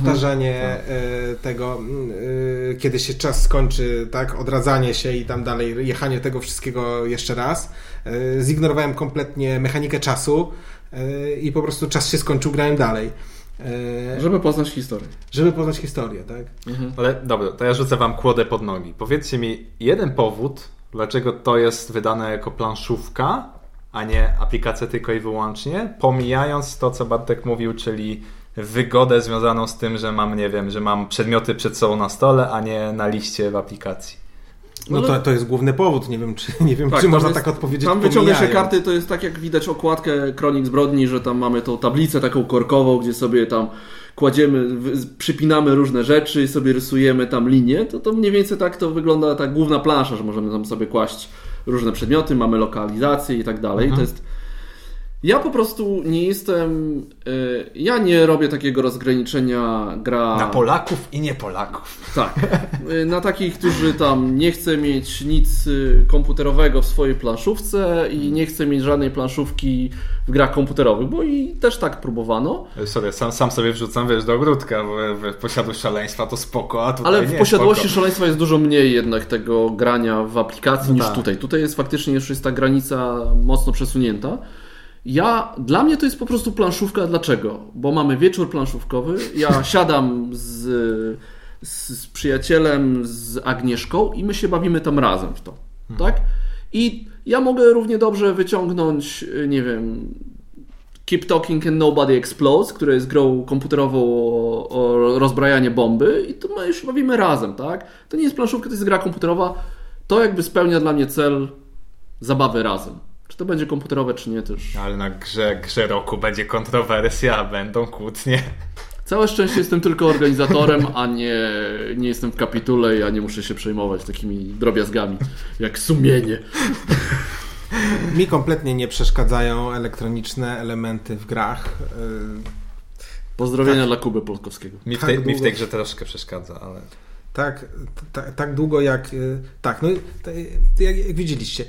tego, kiedy się czas skończy, tak, odradzanie się i tam dalej, jechanie tego wszystkiego jeszcze raz. Zignorowałem kompletnie mechanikę czasu i po prostu czas się skończył, grałem dalej. Żeby poznać historię. Tak? Ale dobra, to ja rzucę wam kłodę pod nogi. Powiedzcie mi jeden powód, dlaczego to jest wydane jako planszówka, a nie aplikacja tylko i wyłącznie, pomijając to, co Bartek mówił, czyli wygodę związaną z tym, że mam, nie wiem, że mam przedmioty przed sobą na stole, a nie na liście w aplikacji. No to jest główny powód, nie wiem, czy można tak odpowiedzieć. Tam wyciąga się karty, to jest tak jak widać okładkę Kronik Zbrodni, że tam mamy tą tablicę taką korkową, gdzie sobie tam kładziemy, przypinamy różne rzeczy i sobie rysujemy tam linie, to mniej więcej tak to wygląda ta główna plansza, że możemy tam sobie kłaść różne przedmioty, mamy lokalizację i tak dalej. To jest... Ja po prostu nie jestem... Ja nie robię takiego rozgraniczenia gra... Na Polaków i nie Polaków. Tak. Na takich, którzy tam nie chce mieć nic komputerowego w swojej planszówce i nie chce mieć żadnej planszówki w grach komputerowych, bo i też tak próbowano. Sorry, sam sobie wrzucam, do ogródka, bo w posiadłość szaleństwa to spoko, a tutaj ale w posiadłości szaleństwa jest dużo mniej jednak tego grania w aplikacji niż tutaj. Tutaj jest faktycznie już jest ta granica mocno przesunięta. Dla mnie to jest po prostu planszówka. Dlaczego? Bo mamy wieczór planszówkowy, ja siadam z przyjacielem, z Agnieszką i my się bawimy tam razem w to. Tak? I ja mogę równie dobrze wyciągnąć, nie wiem, Keep Talking and Nobody Explodes, która jest grą komputerową o rozbrajanie bomby i to my już bawimy razem, tak? To nie jest planszówka, to jest gra komputerowa. To jakby spełnia dla mnie cel zabawy razem. Czy to będzie komputerowe, czy nie, to już... Ale na grze roku będzie kontrowersja, będą kłótnie. Całe szczęście jestem tylko organizatorem, a nie jestem w kapitule i ja nie muszę się przejmować takimi drobiazgami, jak sumienie. Mi kompletnie nie przeszkadzają elektroniczne elementy w grach. Pozdrowienia dla Kuby Polkowskiego. Mi w tej grze troszkę przeszkadza, ale... Tak długo jak... Tak, no jak widzieliście...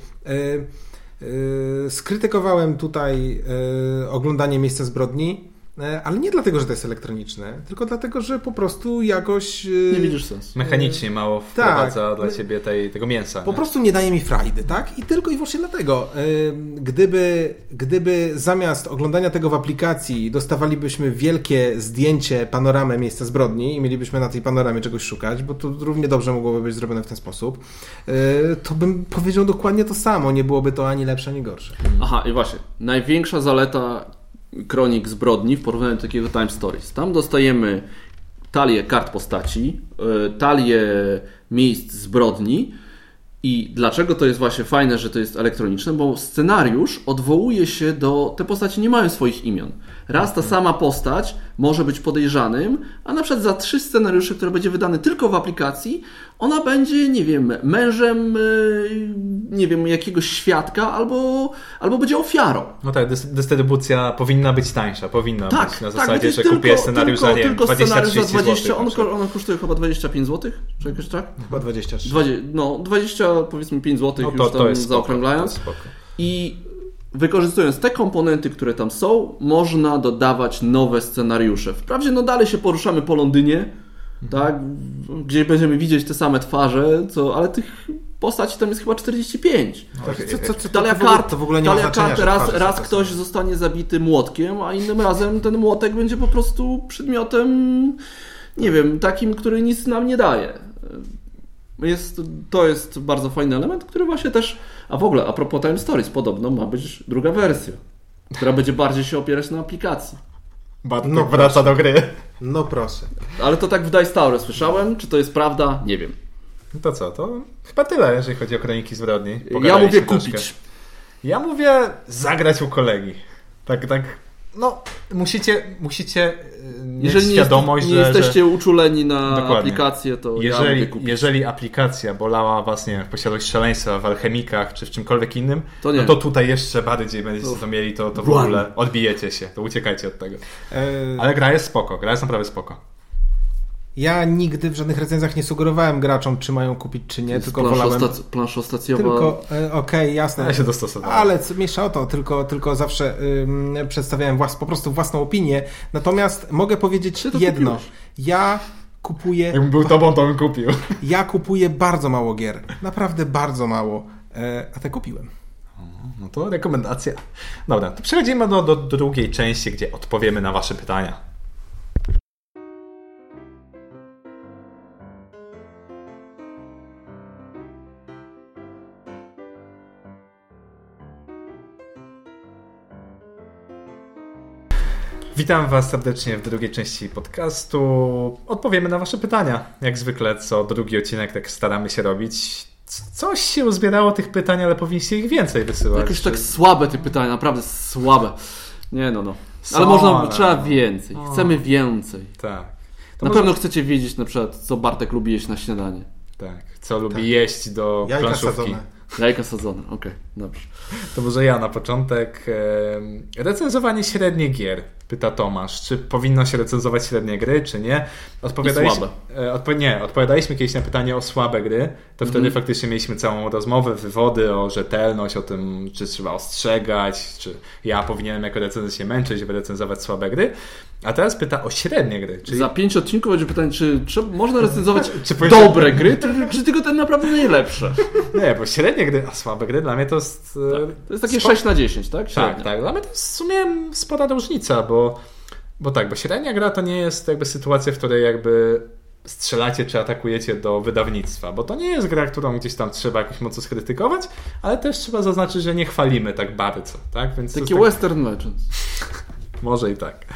Skrytykowałem tutaj oglądanie Miejsca Zbrodni, ale nie dlatego, że to jest elektroniczne, tylko dlatego, że po prostu jakoś... Nie widzisz sensu. Mechanicznie mało wprowadza dla ciebie tego mięsa. Po prostu nie daje mi frajdy, tak? I tylko i wyłącznie dlatego. Gdyby zamiast oglądania tego w aplikacji dostawalibyśmy wielkie zdjęcie, panoramę Miejsca Zbrodni i mielibyśmy na tej panoramie czegoś szukać, bo to równie dobrze mogłoby być zrobione w ten sposób, to bym powiedział dokładnie to samo. Nie byłoby to ani lepsze, ani gorsze. Aha, i właśnie. Największa zaleta Kronik Zbrodni w porównaniu do takiego Time Stories. Tam dostajemy talię kart postaci, talię miejsc zbrodni i dlaczego to jest właśnie fajne, że to jest elektroniczne, bo scenariusz odwołuje się do... Te postaci nie mają swoich imion. Raz ta sama postać może być podejrzanym, a na przykład za 3 scenariusze, które będzie wydane tylko w aplikacji, ona będzie, nie wiem, mężem, nie wiem, jakiegoś świadka albo będzie ofiarą. No tak, dystrybucja powinna być tańsza, być na zasadzie, że kupię scenariusz za 20-30 zł. Ona kosztuje chyba 25 zł, czy jakoś tak? Chyba 23. 20, powiedzmy 5 zł, już tam zaokrąglając. I wykorzystując te komponenty, które tam są, można dodawać nowe scenariusze. Wprawdzie dalej się poruszamy po Londynie, tak, gdzie będziemy widzieć te same twarze, ale tych postaci tam jest chyba 45. To w ogóle nie ma znaczenia, raz ktoś zostanie zabity młotkiem, a innym razem ten młotek będzie po prostu przedmiotem, nie wiem, takim, który nic nam nie daje. To jest bardzo fajny element, który właśnie też... A w ogóle, a propos Time Stories, podobno ma być druga wersja, która będzie bardziej się opierać na aplikacji. Wraca do gry. No proszę. Ale to tak w Dice Tower słyszałem. Czy to jest prawda? Nie wiem. No to co? To chyba tyle, jeżeli chodzi o Kroniki Zbrodni. Ja mówię kupić. Ja mówię zagrać u kolegi. Tak. No, musicie mieć świadomość, że... Jeżeli nie jesteście uczuleni na aplikację, to ja mówię kupić. Jeżeli aplikacja bolała was, nie wiem, w posiadłość szaleństwa, w alchemikach, czy w czymkolwiek innym, to to tutaj jeszcze bardziej będziecie to mieli, to w ogóle odbijecie się, to uciekajcie od tego. Ale gra jest spoko, gra jest naprawdę spoko. Ja nigdy w żadnych recenzjach nie sugerowałem graczom, czy mają kupić, czy nie, tylko wolałem... Planszostacjowa... Tylko, okej, jasne. Ja się dostosowałem. Ale mniejsza o to, tylko zawsze przedstawiałem po prostu własną opinię. Natomiast mogę powiedzieć jedno. Kupiłeś? Ja kupuję... Jakbym był tobą, to bym kupił. Ja kupuję bardzo mało gier. Naprawdę bardzo mało. A te kupiłem. No to rekomendacja. Dobra, to przechodzimy do drugiej części, gdzie odpowiemy na wasze pytania. Witam was serdecznie w drugiej części podcastu. Odpowiemy na wasze pytania. Jak zwykle co drugi odcinek tak staramy się robić. coś się uzbierało tych pytań, ale powinniście ich więcej wysyłać. Jakoś tak słabe te pytania, naprawdę słabe. Nie no. Ale trzeba więcej. Chcemy więcej. Tak. Na pewno chcecie wiedzieć na przykład, co Bartek lubi jeść na śniadanie. Tak, co lubi jeść do jajka planszówki. Sadzone. Jajka sadzone, okej, dobrze. To może ja na początek. Recenzowanie średnich gier, pyta Tomasz. Czy powinno się recenzować średnie gry, czy nie? Odpowiadaliśmy kiedyś na pytanie o słabe gry, to wtedy faktycznie mieliśmy całą rozmowę, wywody o rzetelność, o tym, czy trzeba ostrzegać, czy ja powinienem jako recenzent się męczyć, żeby recenzować słabe gry. A teraz pyta o średnie gry. Czyli... Za 5 odcinków będzie pytanie, czy można recenzować dobre gry, czy tylko te naprawdę najlepsze? Nie, bo średnie gry, a słabe gry dla mnie to jest... To jest takie 6/10, tak? Średnia. Tak. Dla mnie to jest w sumie spora różnica, bo średnia gra to nie jest jakby sytuacja, w której jakby strzelacie czy atakujecie do wydawnictwa, bo to nie jest gra, którą gdzieś tam trzeba jakoś mocno skrytykować, ale też trzeba zaznaczyć, że nie chwalimy tak bardzo, tak? Więc Taki Western Legends. Może i tak.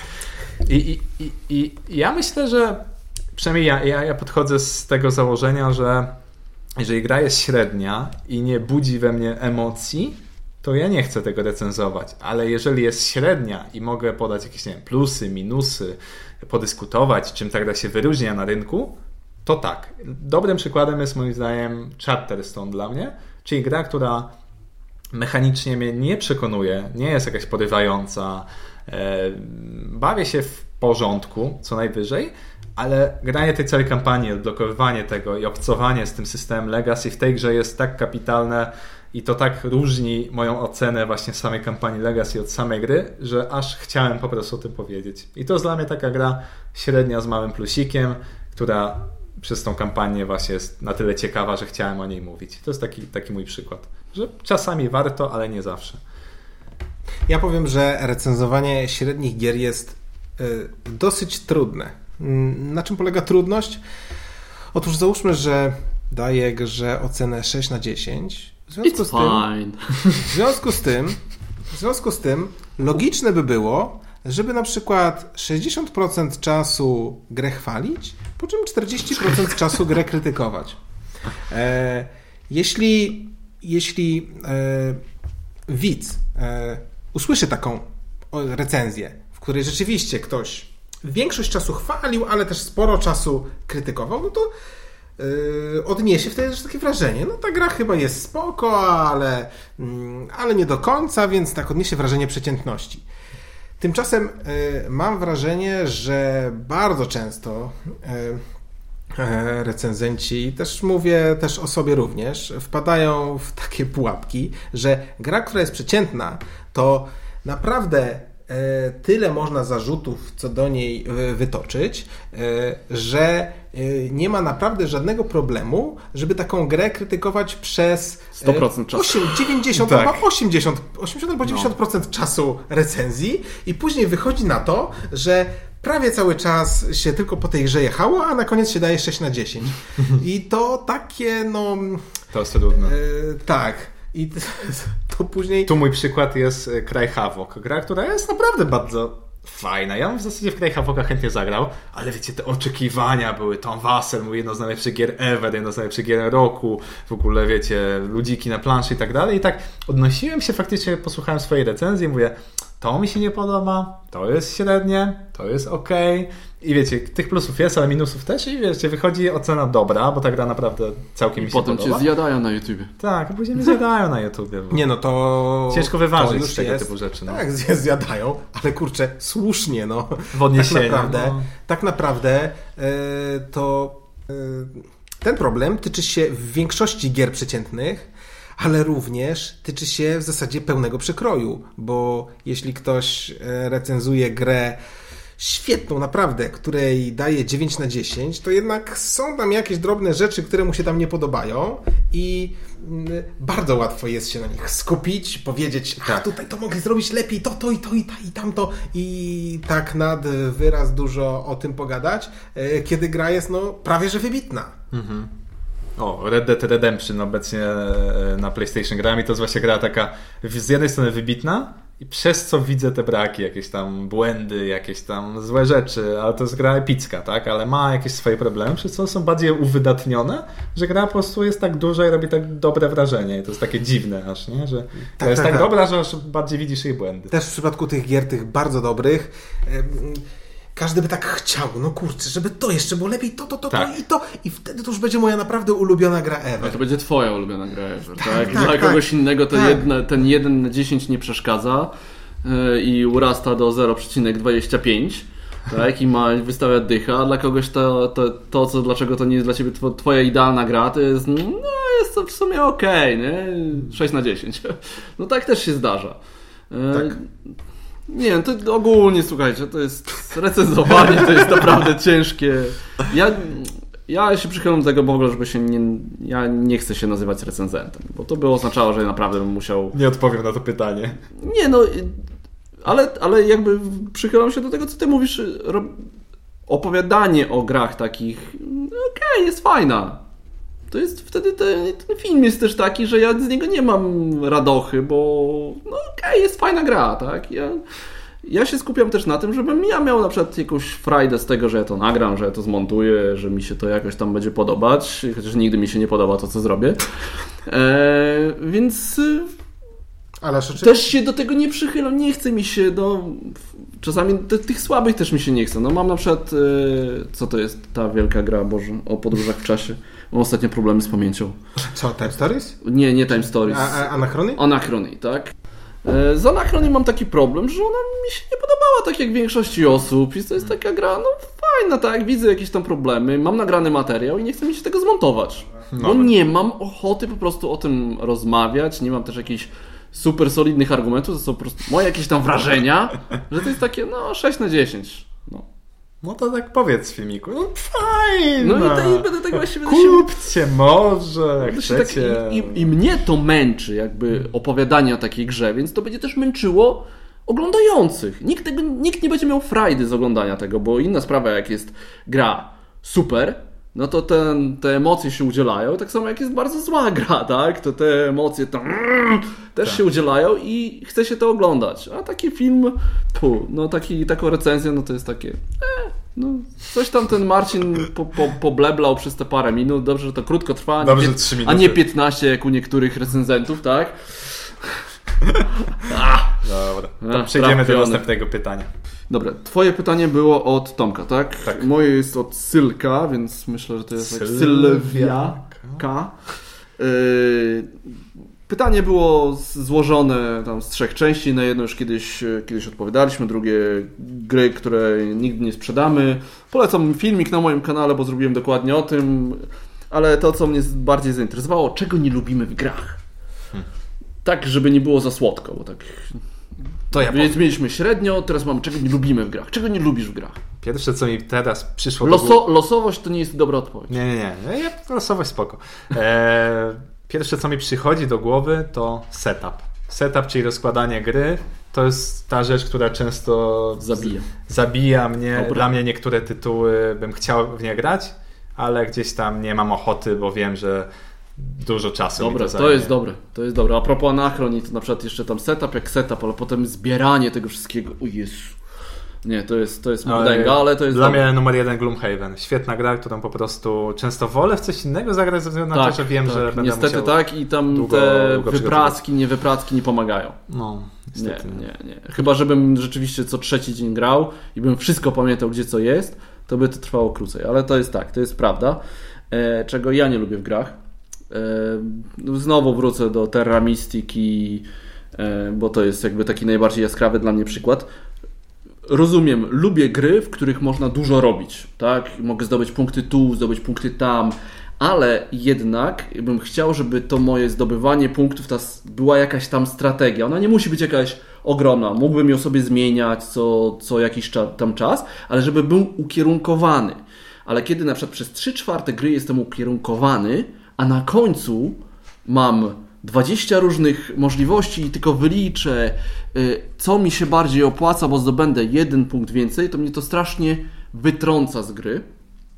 I ja myślę, że przynajmniej ja podchodzę z tego założenia, że jeżeli gra jest średnia i nie budzi we mnie emocji, to ja nie chcę tego recenzować, ale jeżeli jest średnia i mogę podać jakieś, nie wiem, plusy, minusy, podyskutować, czym ta gra się wyróżnia na rynku, to tak. Dobrym przykładem jest moim zdaniem Charterstone dla mnie, czyli gra, która mechanicznie mnie nie przekonuje, nie jest jakaś porywająca, bawię się w porządku, co najwyżej, ale granie tej całej kampanii, odblokowywanie tego i obcowanie z tym systemem Legacy w tej grze jest tak kapitalne i to tak różni moją ocenę właśnie samej kampanii Legacy od samej gry, że aż chciałem po prostu o tym powiedzieć. I to jest dla mnie taka gra średnia z małym plusikiem, która przez tą kampanię właśnie jest na tyle ciekawa, że chciałem o niej mówić. To jest taki mój przykład, że czasami warto, ale nie zawsze. Ja powiem, że recenzowanie średnich gier jest dosyć trudne. Na czym polega trudność? Otóż załóżmy, że daję grze ocenę 6/10. W związku z tym logiczne by było, żeby na przykład 60% czasu grę chwalić, po czym 40% czasu grę krytykować. Jeśli widz usłyszy taką recenzję, w której rzeczywiście ktoś większość czasu chwalił, ale też sporo czasu krytykował, no to odniesie wtedy też takie wrażenie, no ta gra chyba jest spoko, ale nie do końca, więc tak odniesie wrażenie przeciętności. Tymczasem mam wrażenie, że bardzo często recenzenci, też mówię też o sobie również, wpadają w takie pułapki, że gra, która jest przeciętna, to naprawdę tyle można zarzutów co do niej wytoczyć, że nie ma naprawdę żadnego problemu, żeby taką grę krytykować przez 100% czasu. 90 tak. albo 80 albo 90% czasu recenzji i później wychodzi na to, że prawie cały czas się tylko po tej grze jechało, a na koniec się daje 6/10. I to takie, no... To jest trudne. Tak. I to później... Tu mój przykład jest Cry Havoc. Gra, która jest naprawdę bardzo fajna. Ja bym w zasadzie w Cry Havoca chętnie zagrał, ale wiecie, te oczekiwania były. Tom Wassel mówi jedno z najlepszych gier ever, jedno z najlepszych gier roku. W ogóle, wiecie, ludziki na planszy i tak dalej. I tak odnosiłem się faktycznie, posłuchałem swojej recenzji i mówię, to mi się nie podoba, to jest średnie, to jest okej. I wiecie, tych plusów jest, ale minusów też i wiecie, wychodzi ocena dobra, bo ta gra naprawdę całkiem mi się podoba. Potem cię zjadają na YouTubie. Tak, później mnie zjadają na YouTubie. Nie no, to... Ciężko wyważyć tego typu rzeczy. No. Tak, zjadają, ale kurczę, słusznie, no. W odniesieniu. Tak naprawdę to ten problem tyczy się w większości gier przeciętnych, ale również tyczy się w zasadzie pełnego przekroju, bo jeśli ktoś recenzuje grę świetną, naprawdę, której daje 9/10, to jednak są tam jakieś drobne rzeczy, które mu się tam nie podobają i bardzo łatwo jest się na nich skupić, powiedzieć, a tutaj to mogli zrobić lepiej, to i tamto i tak nad wyraz dużo o tym pogadać, kiedy gra jest no prawie że wybitna. Mhm. O, Red Dead Redemption obecnie na PlayStation grami to jest właśnie gra taka z jednej strony wybitna i przez co widzę te braki, jakieś tam błędy, jakieś tam złe rzeczy, ale to jest gra epicka, tak? Ale ma jakieś swoje problemy, przez co są bardziej uwydatnione, że gra po prostu jest tak duża i robi tak dobre wrażenie. I to jest takie dziwne aż, nie? Że to jest tak dobra, że aż bardziej widzisz jej błędy. Też w przypadku tych gier, tych bardzo dobrych, każdy by tak chciał, no kurczę, żeby to jeszcze było lepiej, to i wtedy to już będzie moja naprawdę ulubiona gra ever. No to będzie twoja ulubiona gra ever, tak? Dla kogoś innego to ten 1 na 10 nie przeszkadza i urasta do 0,25, tak? I wystawia dycha, a dla kogoś dlaczego to nie jest dla ciebie twoja idealna gra, to jest, jest to w sumie okej, nie? 6 na 10. No tak też się zdarza. Tak. Nie, to ogólnie, słuchajcie, to jest recenzowanie, to jest naprawdę ciężkie. Ja się przychylam do tego w ogóle, ja nie chcę się nazywać recenzentem, bo to by oznaczało, że naprawdę bym musiał... Nie odpowiem na to pytanie. Nie, no, ale jakby przychylam się do tego, co ty mówisz. Opowiadanie o grach takich, okej, jest fajna. To jest wtedy ten film jest też taki, że ja z niego nie mam radochy, bo jest fajna gra, tak? Ja się skupiam też na tym, żebym ja miał na przykład jakąś frajdę z tego, że ja to nagram, że ja to zmontuję, że mi się to jakoś tam będzie podobać, chociaż nigdy mi się nie podoba to, co zrobię. Więc też się do tego nie przychylam, nie chce mi się, czasami tych słabych też mi się nie chce. No mam na przykład, co to jest ta wielka gra, Boże, o podróżach w czasie. Mam ostatnio problemy z pamięcią. Co, Time Stories? Nie Time Stories. Anachrony? Anachrony, tak. Z Anachrony mam taki problem, że ona mi się nie podobała tak jak większości osób i to jest taka gra, fajna, tak, widzę jakieś tam problemy, mam nagrany materiał i nie chcę mi się tego zmontować. Bo nie mam ochoty po prostu o tym rozmawiać, nie mam też jakichś super solidnych argumentów, to są po prostu moje jakieś tam wrażenia, że to jest takie, 6 na 10. No to tak powiedz, filmiku. Fajnie. I będę tak właściwie... Kupcie może, jak chcecie. I mnie to męczy jakby opowiadanie o takiej grze, więc to będzie też męczyło oglądających. Nikt nie będzie miał frajdy z oglądania tego, bo inna sprawa, jak jest gra super, no to te emocje się udzielają, tak samo jak jest bardzo zła gra, tak? To te emocje tam też się udzielają i chce się to oglądać. A taki film, taką recenzję, to jest takie... coś tam ten Marcin pobleblał przez te parę minut. Dobrze, że to krótko trwa, a nie 15 jak u niektórych recenzentów, tak? Dobra, to przejdziemy do następnego pytania. Dobra, twoje pytanie było od Tomka, tak? Tak. Moje jest od Sylka, więc myślę, że to jest Sylwiaka. Pytanie było złożone tam z 3 części. Na jedno już kiedyś odpowiadaliśmy, drugie gry, które nigdy nie sprzedamy. Polecam filmik na moim kanale, bo zrobiłem dokładnie o tym. Ale to, co mnie bardziej zainteresowało, czego nie lubimy w grach. Tak, żeby nie było za słodko, bo tak... Więc mieliśmy średnio, teraz mamy czego nie lubimy w grach. Czego nie lubisz w grach? Pierwsze, co mi teraz przyszło do głowy... Losowość to nie jest dobra odpowiedź. Nie. Losowość spoko. Pierwsze, co mi przychodzi do głowy, to setup. Setup, czyli rozkładanie gry, to jest ta rzecz, która często zabija mnie. Dobra. Dla mnie niektóre tytuły bym chciał w nie grać, ale gdzieś tam nie mam ochoty, bo wiem, że dużo czasu mi to zajmie. To jest dobre. A propos Anachrony, to na przykład jeszcze tam setup, ale potem zbieranie tego wszystkiego. O Jezu. Nie, to jest mordęga, ale to jest dla mnie numer 1 Gloomhaven. Świetna gra, którą po prostu często wolę w coś innego zagrać ze względu na to, że wiem, że będę niestety musiał tak i tam te wypraski nie pomagają. No, niestety. Nie. Chyba, żebym rzeczywiście co 3 dzień grał i bym wszystko pamiętał, gdzie co jest, to by to trwało krócej. Ale to jest tak, to jest prawda. Czego ja nie lubię w grach. Znowu wrócę do Terra Mystic, bo to jest jakby taki najbardziej jaskrawy dla mnie przykład. Rozumiem, lubię gry, w których można dużo robić, tak? Mogę zdobyć punkty tu, zdobyć punkty tam, ale jednak bym chciał, żeby to moje zdobywanie punktów była jakaś tam strategia. Ona nie musi być jakaś ogromna. Mógłbym ją sobie zmieniać co jakiś tam czas, ale żeby był ukierunkowany. Ale kiedy na przykład przez 3/4 gry jestem ukierunkowany, a na końcu mam 20 różnych możliwości i tylko wyliczę, co mi się bardziej opłaca, bo zdobędę 1 punkt więcej, to mnie to strasznie wytrąca z gry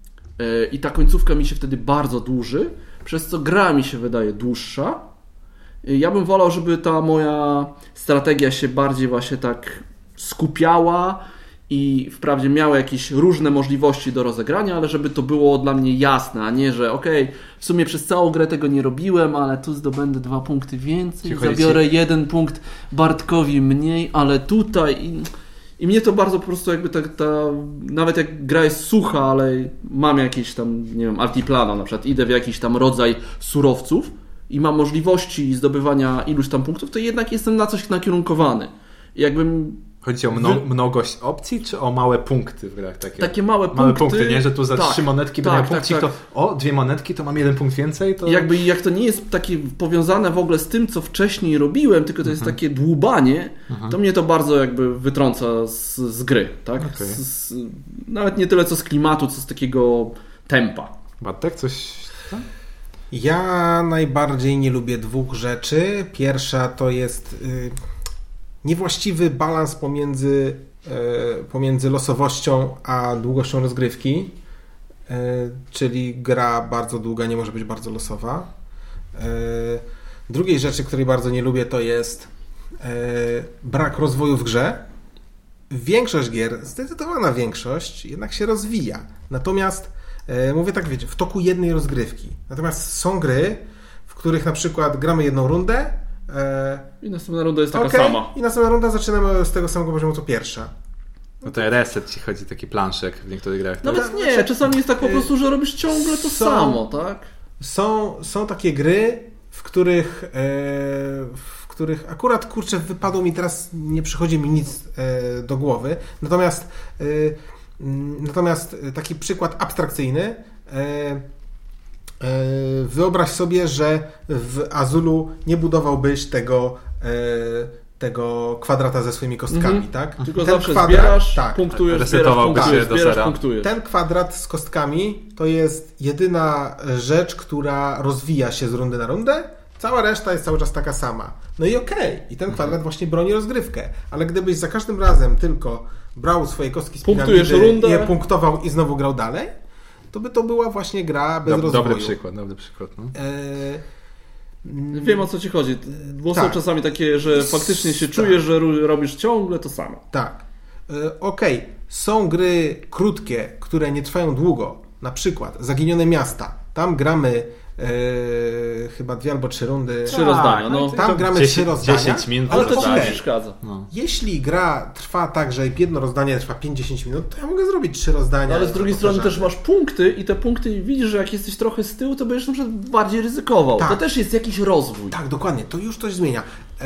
i ta końcówka mi się wtedy bardzo dłuży, przez co gra mi się wydaje dłuższa Ja bym wolał, żeby ta moja strategia się bardziej właśnie tak skupiała i wprawdzie miała jakieś różne możliwości do rozegrania, ale żeby to było dla mnie jasne, a nie, że w sumie przez całą grę tego nie robiłem, ale tu zdobędę 2 punkty więcej, zabiorę 1 punkt Bartkowi mniej, ale tutaj... I mnie to bardzo po prostu jakby nawet jak gra jest sucha, ale mam jakieś tam, nie wiem, altiplano, na przykład idę w jakiś tam rodzaj surowców i mam możliwości zdobywania iluś tam punktów, to jednak jestem na coś nakierunkowany. I jakbym... Chodzi o mnogość opcji, czy o małe punkty w grach? Takie małe punkty, nie? Że tu za 3 monetki będę punkcik, to 2 monetki, to mam 1 punkt więcej. To... I jak to nie jest takie powiązane w ogóle z tym, co wcześniej robiłem, tylko to jest takie dłubanie, to mnie to bardzo jakby wytrąca z gry. Tak? Okay. Nawet nie tyle co z klimatu, co z takiego tempa. Bartek, coś... Ja najbardziej nie lubię 2 rzeczy. Pierwsza to jest... niewłaściwy balans pomiędzy losowością a długością rozgrywki, czyli gra bardzo długa nie może być bardzo losowa. Drugiej rzeczy, której bardzo nie lubię, to jest brak rozwoju w grze. Większość gier, zdecydowana większość, jednak się rozwija. Natomiast, mówię tak, wiecie, w toku jednej rozgrywki. Natomiast są gry, w których na przykład gramy jedną rundę, i następna runda jest taka sama. I następna runda zaczynamy z tego samego poziomu co pierwsza. No to reset ci chodzi, taki planszek w niektórych grach. Nawet nie, czasami jest tak po prostu, że robisz ciągle to samo, tak? Są takie gry, w których akurat, kurczę, wypadło mi teraz, nie przychodzi mi nic do głowy. Natomiast taki przykład abstrakcyjny. Wyobraź sobie, że w Azulu nie budowałbyś tego kwadrata ze swoimi kostkami, tak? Tylko zawsze zbierasz, punktujesz, zbierasz, punktujesz. Ten kwadrat z kostkami to jest jedyna rzecz, która rozwija się z rundy na rundę. Cała reszta jest cały czas taka sama. No i i ten kwadrat właśnie broni rozgrywkę. Ale gdybyś za każdym razem tylko brał swoje kostki z piramidy, je punktował i znowu grał dalej, to by to była właśnie gra bez rozwoju. Dobry przykład. No. Wiem, o co ci chodzi. Bo są czasami takie, że faktycznie się czujesz, że robisz ciągle to samo. Tak. Są gry krótkie, które nie trwają długo. Na przykład Zaginione Miasta. Tam gramy chyba 2 albo 3 rundy. 3 rozdania. No. Tam gramy 3 rozdania. 10 minut. Ale to ci nie przeszkadza. No. Jeśli gra trwa tak, że jedno rozdanie trwa 5-10 minut, to ja mogę zrobić 3 rozdania. Ale z drugiej strony też masz punkty i te punkty widzisz, że jak jesteś trochę z tyłu, to będziesz na przykład bardziej ryzykował. Tak. To też jest jakiś rozwój. Tak, dokładnie. To już coś zmienia.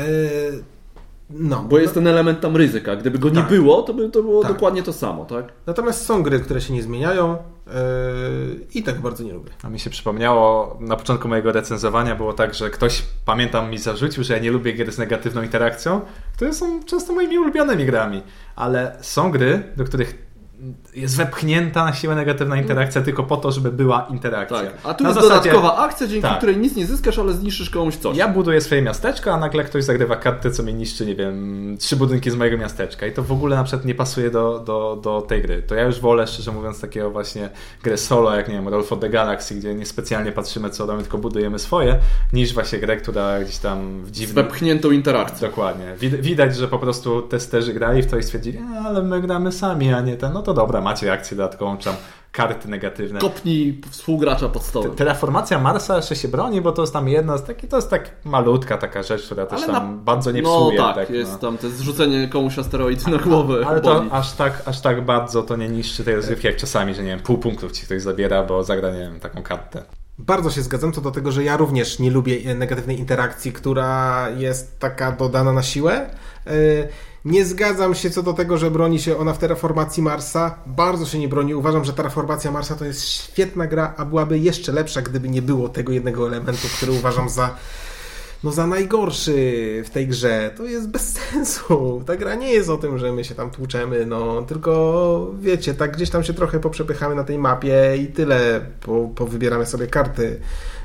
Bo jest ten element tam ryzyka. Gdyby go nie było, to by to było dokładnie to samo, tak? Natomiast są gry, które się nie zmieniają i tak bardzo nie lubię. A mi się przypomniało, na początku mojego recenzowania było tak, że ktoś, pamiętam, mi zarzucił, że ja nie lubię gier z negatywną interakcją, które są często moimi ulubionymi grami, ale są gry, do których jest wepchnięta na siłę negatywna interakcja tylko po to, żeby była interakcja. Tak. A tu jest dodatkowa akcja, dzięki której nic nie zyskasz, ale zniszczysz komuś coś. Ja buduję swoje miasteczko, a nagle ktoś zagrywa kartę, co mnie niszczy, nie wiem, 3 budynki z mojego miasteczka i to w ogóle na przykład nie pasuje do tej gry. To ja już wolę, szczerze mówiąc, takiego właśnie grę solo, jak nie wiem, Roll for the Galaxy, gdzie nie specjalnie patrzymy, co robimy, tylko budujemy swoje, niż właśnie grę, która gdzieś tam w dziwnym... Z wepchniętą interakcją. Dokładnie. Widać, że po prostu testerzy grali w to i stwierdzili, ale my gramy sami, a nie ten, no to dobra, macie akcję dodatkową, czy tam karty negatywne. Kopnij współgracza pod stołem. Terraformacja Marsa jeszcze się broni, bo to jest tam jedna to jest tak malutka taka rzecz, która też tam bardzo nie psuje. No tak, jest tam to zrzucenie komuś asteroidy na głowę. Ale to aż tak bardzo to nie niszczy tej rozgrywki, jak czasami, że nie wiem, pół punktów ci ktoś zabiera, bo zagra, nie wiem, taką kartę. Bardzo się zgadzam co do tego, że ja również nie lubię negatywnej interakcji, która jest taka dodana na siłę. Nie zgadzam się co do tego, że broni się ona w Terraformacji Marsa. Bardzo się nie broni. Uważam, że Terraformacja Marsa to jest świetna gra, a byłaby jeszcze lepsza, gdyby nie było tego jednego elementu, który uważam za najgorszy w tej grze. To jest bez sensu. Ta gra nie jest o tym, że my się tam tłuczemy, tylko wiecie, tak gdzieś tam się trochę poprzepychamy na tej mapie i tyle. Powybieramy sobie karty.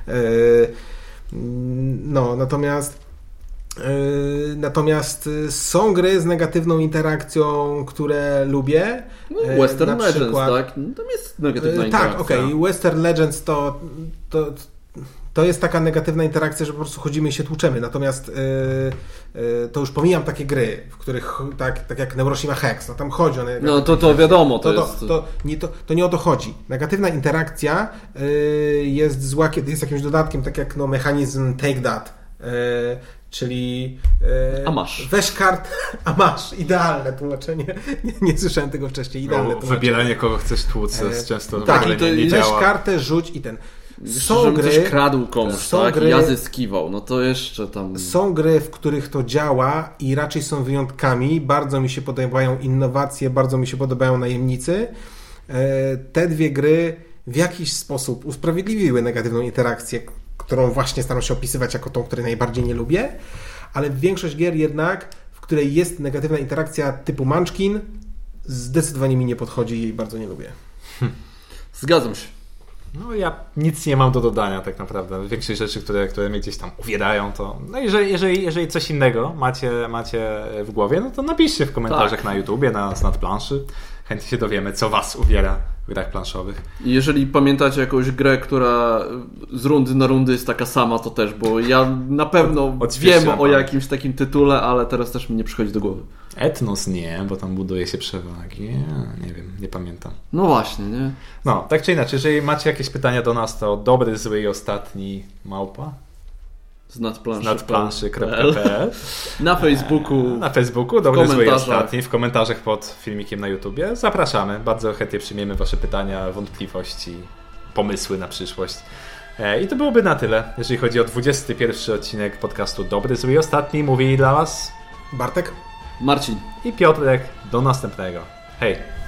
Natomiast są gry z negatywną interakcją, które lubię. Western Legends, tak? Tam jest negatywna interakcja. Tak, Western Legends to jest taka negatywna interakcja, że po prostu chodzimy i się tłuczemy. Natomiast to już pomijam takie gry, w których tak jak Neuroshima Hex, no tam chodzi. No to wiadomo, to nie o to chodzi. Negatywna interakcja jest zła, kiedy jest jakimś dodatkiem, tak jak mechanizm Take That. Czyli a masz. Weź kartę, a masz. Idealne tłumaczenie. Nie słyszałem tego wcześniej. Idealne tłumaczenie. Wybieranie, kogo chcesz tłuc, jest często tak, w ogóle nie działa. Weź kartę, rzuć i ten. Są gry, coś kradł komuś, tak? Gry, ja zyskiwał, no to jeszcze tam... Są gry, w których to działa i raczej są wyjątkami. Bardzo mi się podobają innowacje, bardzo mi się podobają najemnicy. Te dwie gry w jakiś sposób usprawiedliwiły negatywną interakcję, którą właśnie staram się opisywać jako tą, której najbardziej nie lubię, ale większość gier jednak, w której jest negatywna interakcja typu Munchkin, zdecydowanie mi nie podchodzi i jej bardzo nie lubię. Zgadzam się. No ja nic nie mam do dodania tak naprawdę. Większość rzeczy, które mnie gdzieś tam uwierają, to... No jeżeli coś innego macie w głowie, no to napiszcie w komentarzach na YouTubie, na Planszy. Chętnie się dowiemy, co was uwiera w grach planszowych. I jeżeli pamiętacie jakąś grę, która z rundy na rundy jest taka sama, to też, bo ja na pewno wiem o jakimś takim tytule, ale teraz też mi nie przychodzi do głowy. Etnos nie, bo tam buduje się przewagi. Nie wiem, nie pamiętam. No właśnie, nie? No, tak czy inaczej, jeżeli macie jakieś pytania do nas, to dobry, zły i ostatni małpa znadplanszy.pl Na Facebooku, dobry, zły i ostatni, w komentarzach pod filmikiem na YouTubie. Zapraszamy, bardzo chętnie przyjmiemy wasze pytania, wątpliwości, pomysły na przyszłość. I to byłoby na tyle, jeżeli chodzi o 21 odcinek podcastu Dobry, zły i ostatni. Mówili dla was Bartek, Marcin i Piotrek. Do następnego. Hej!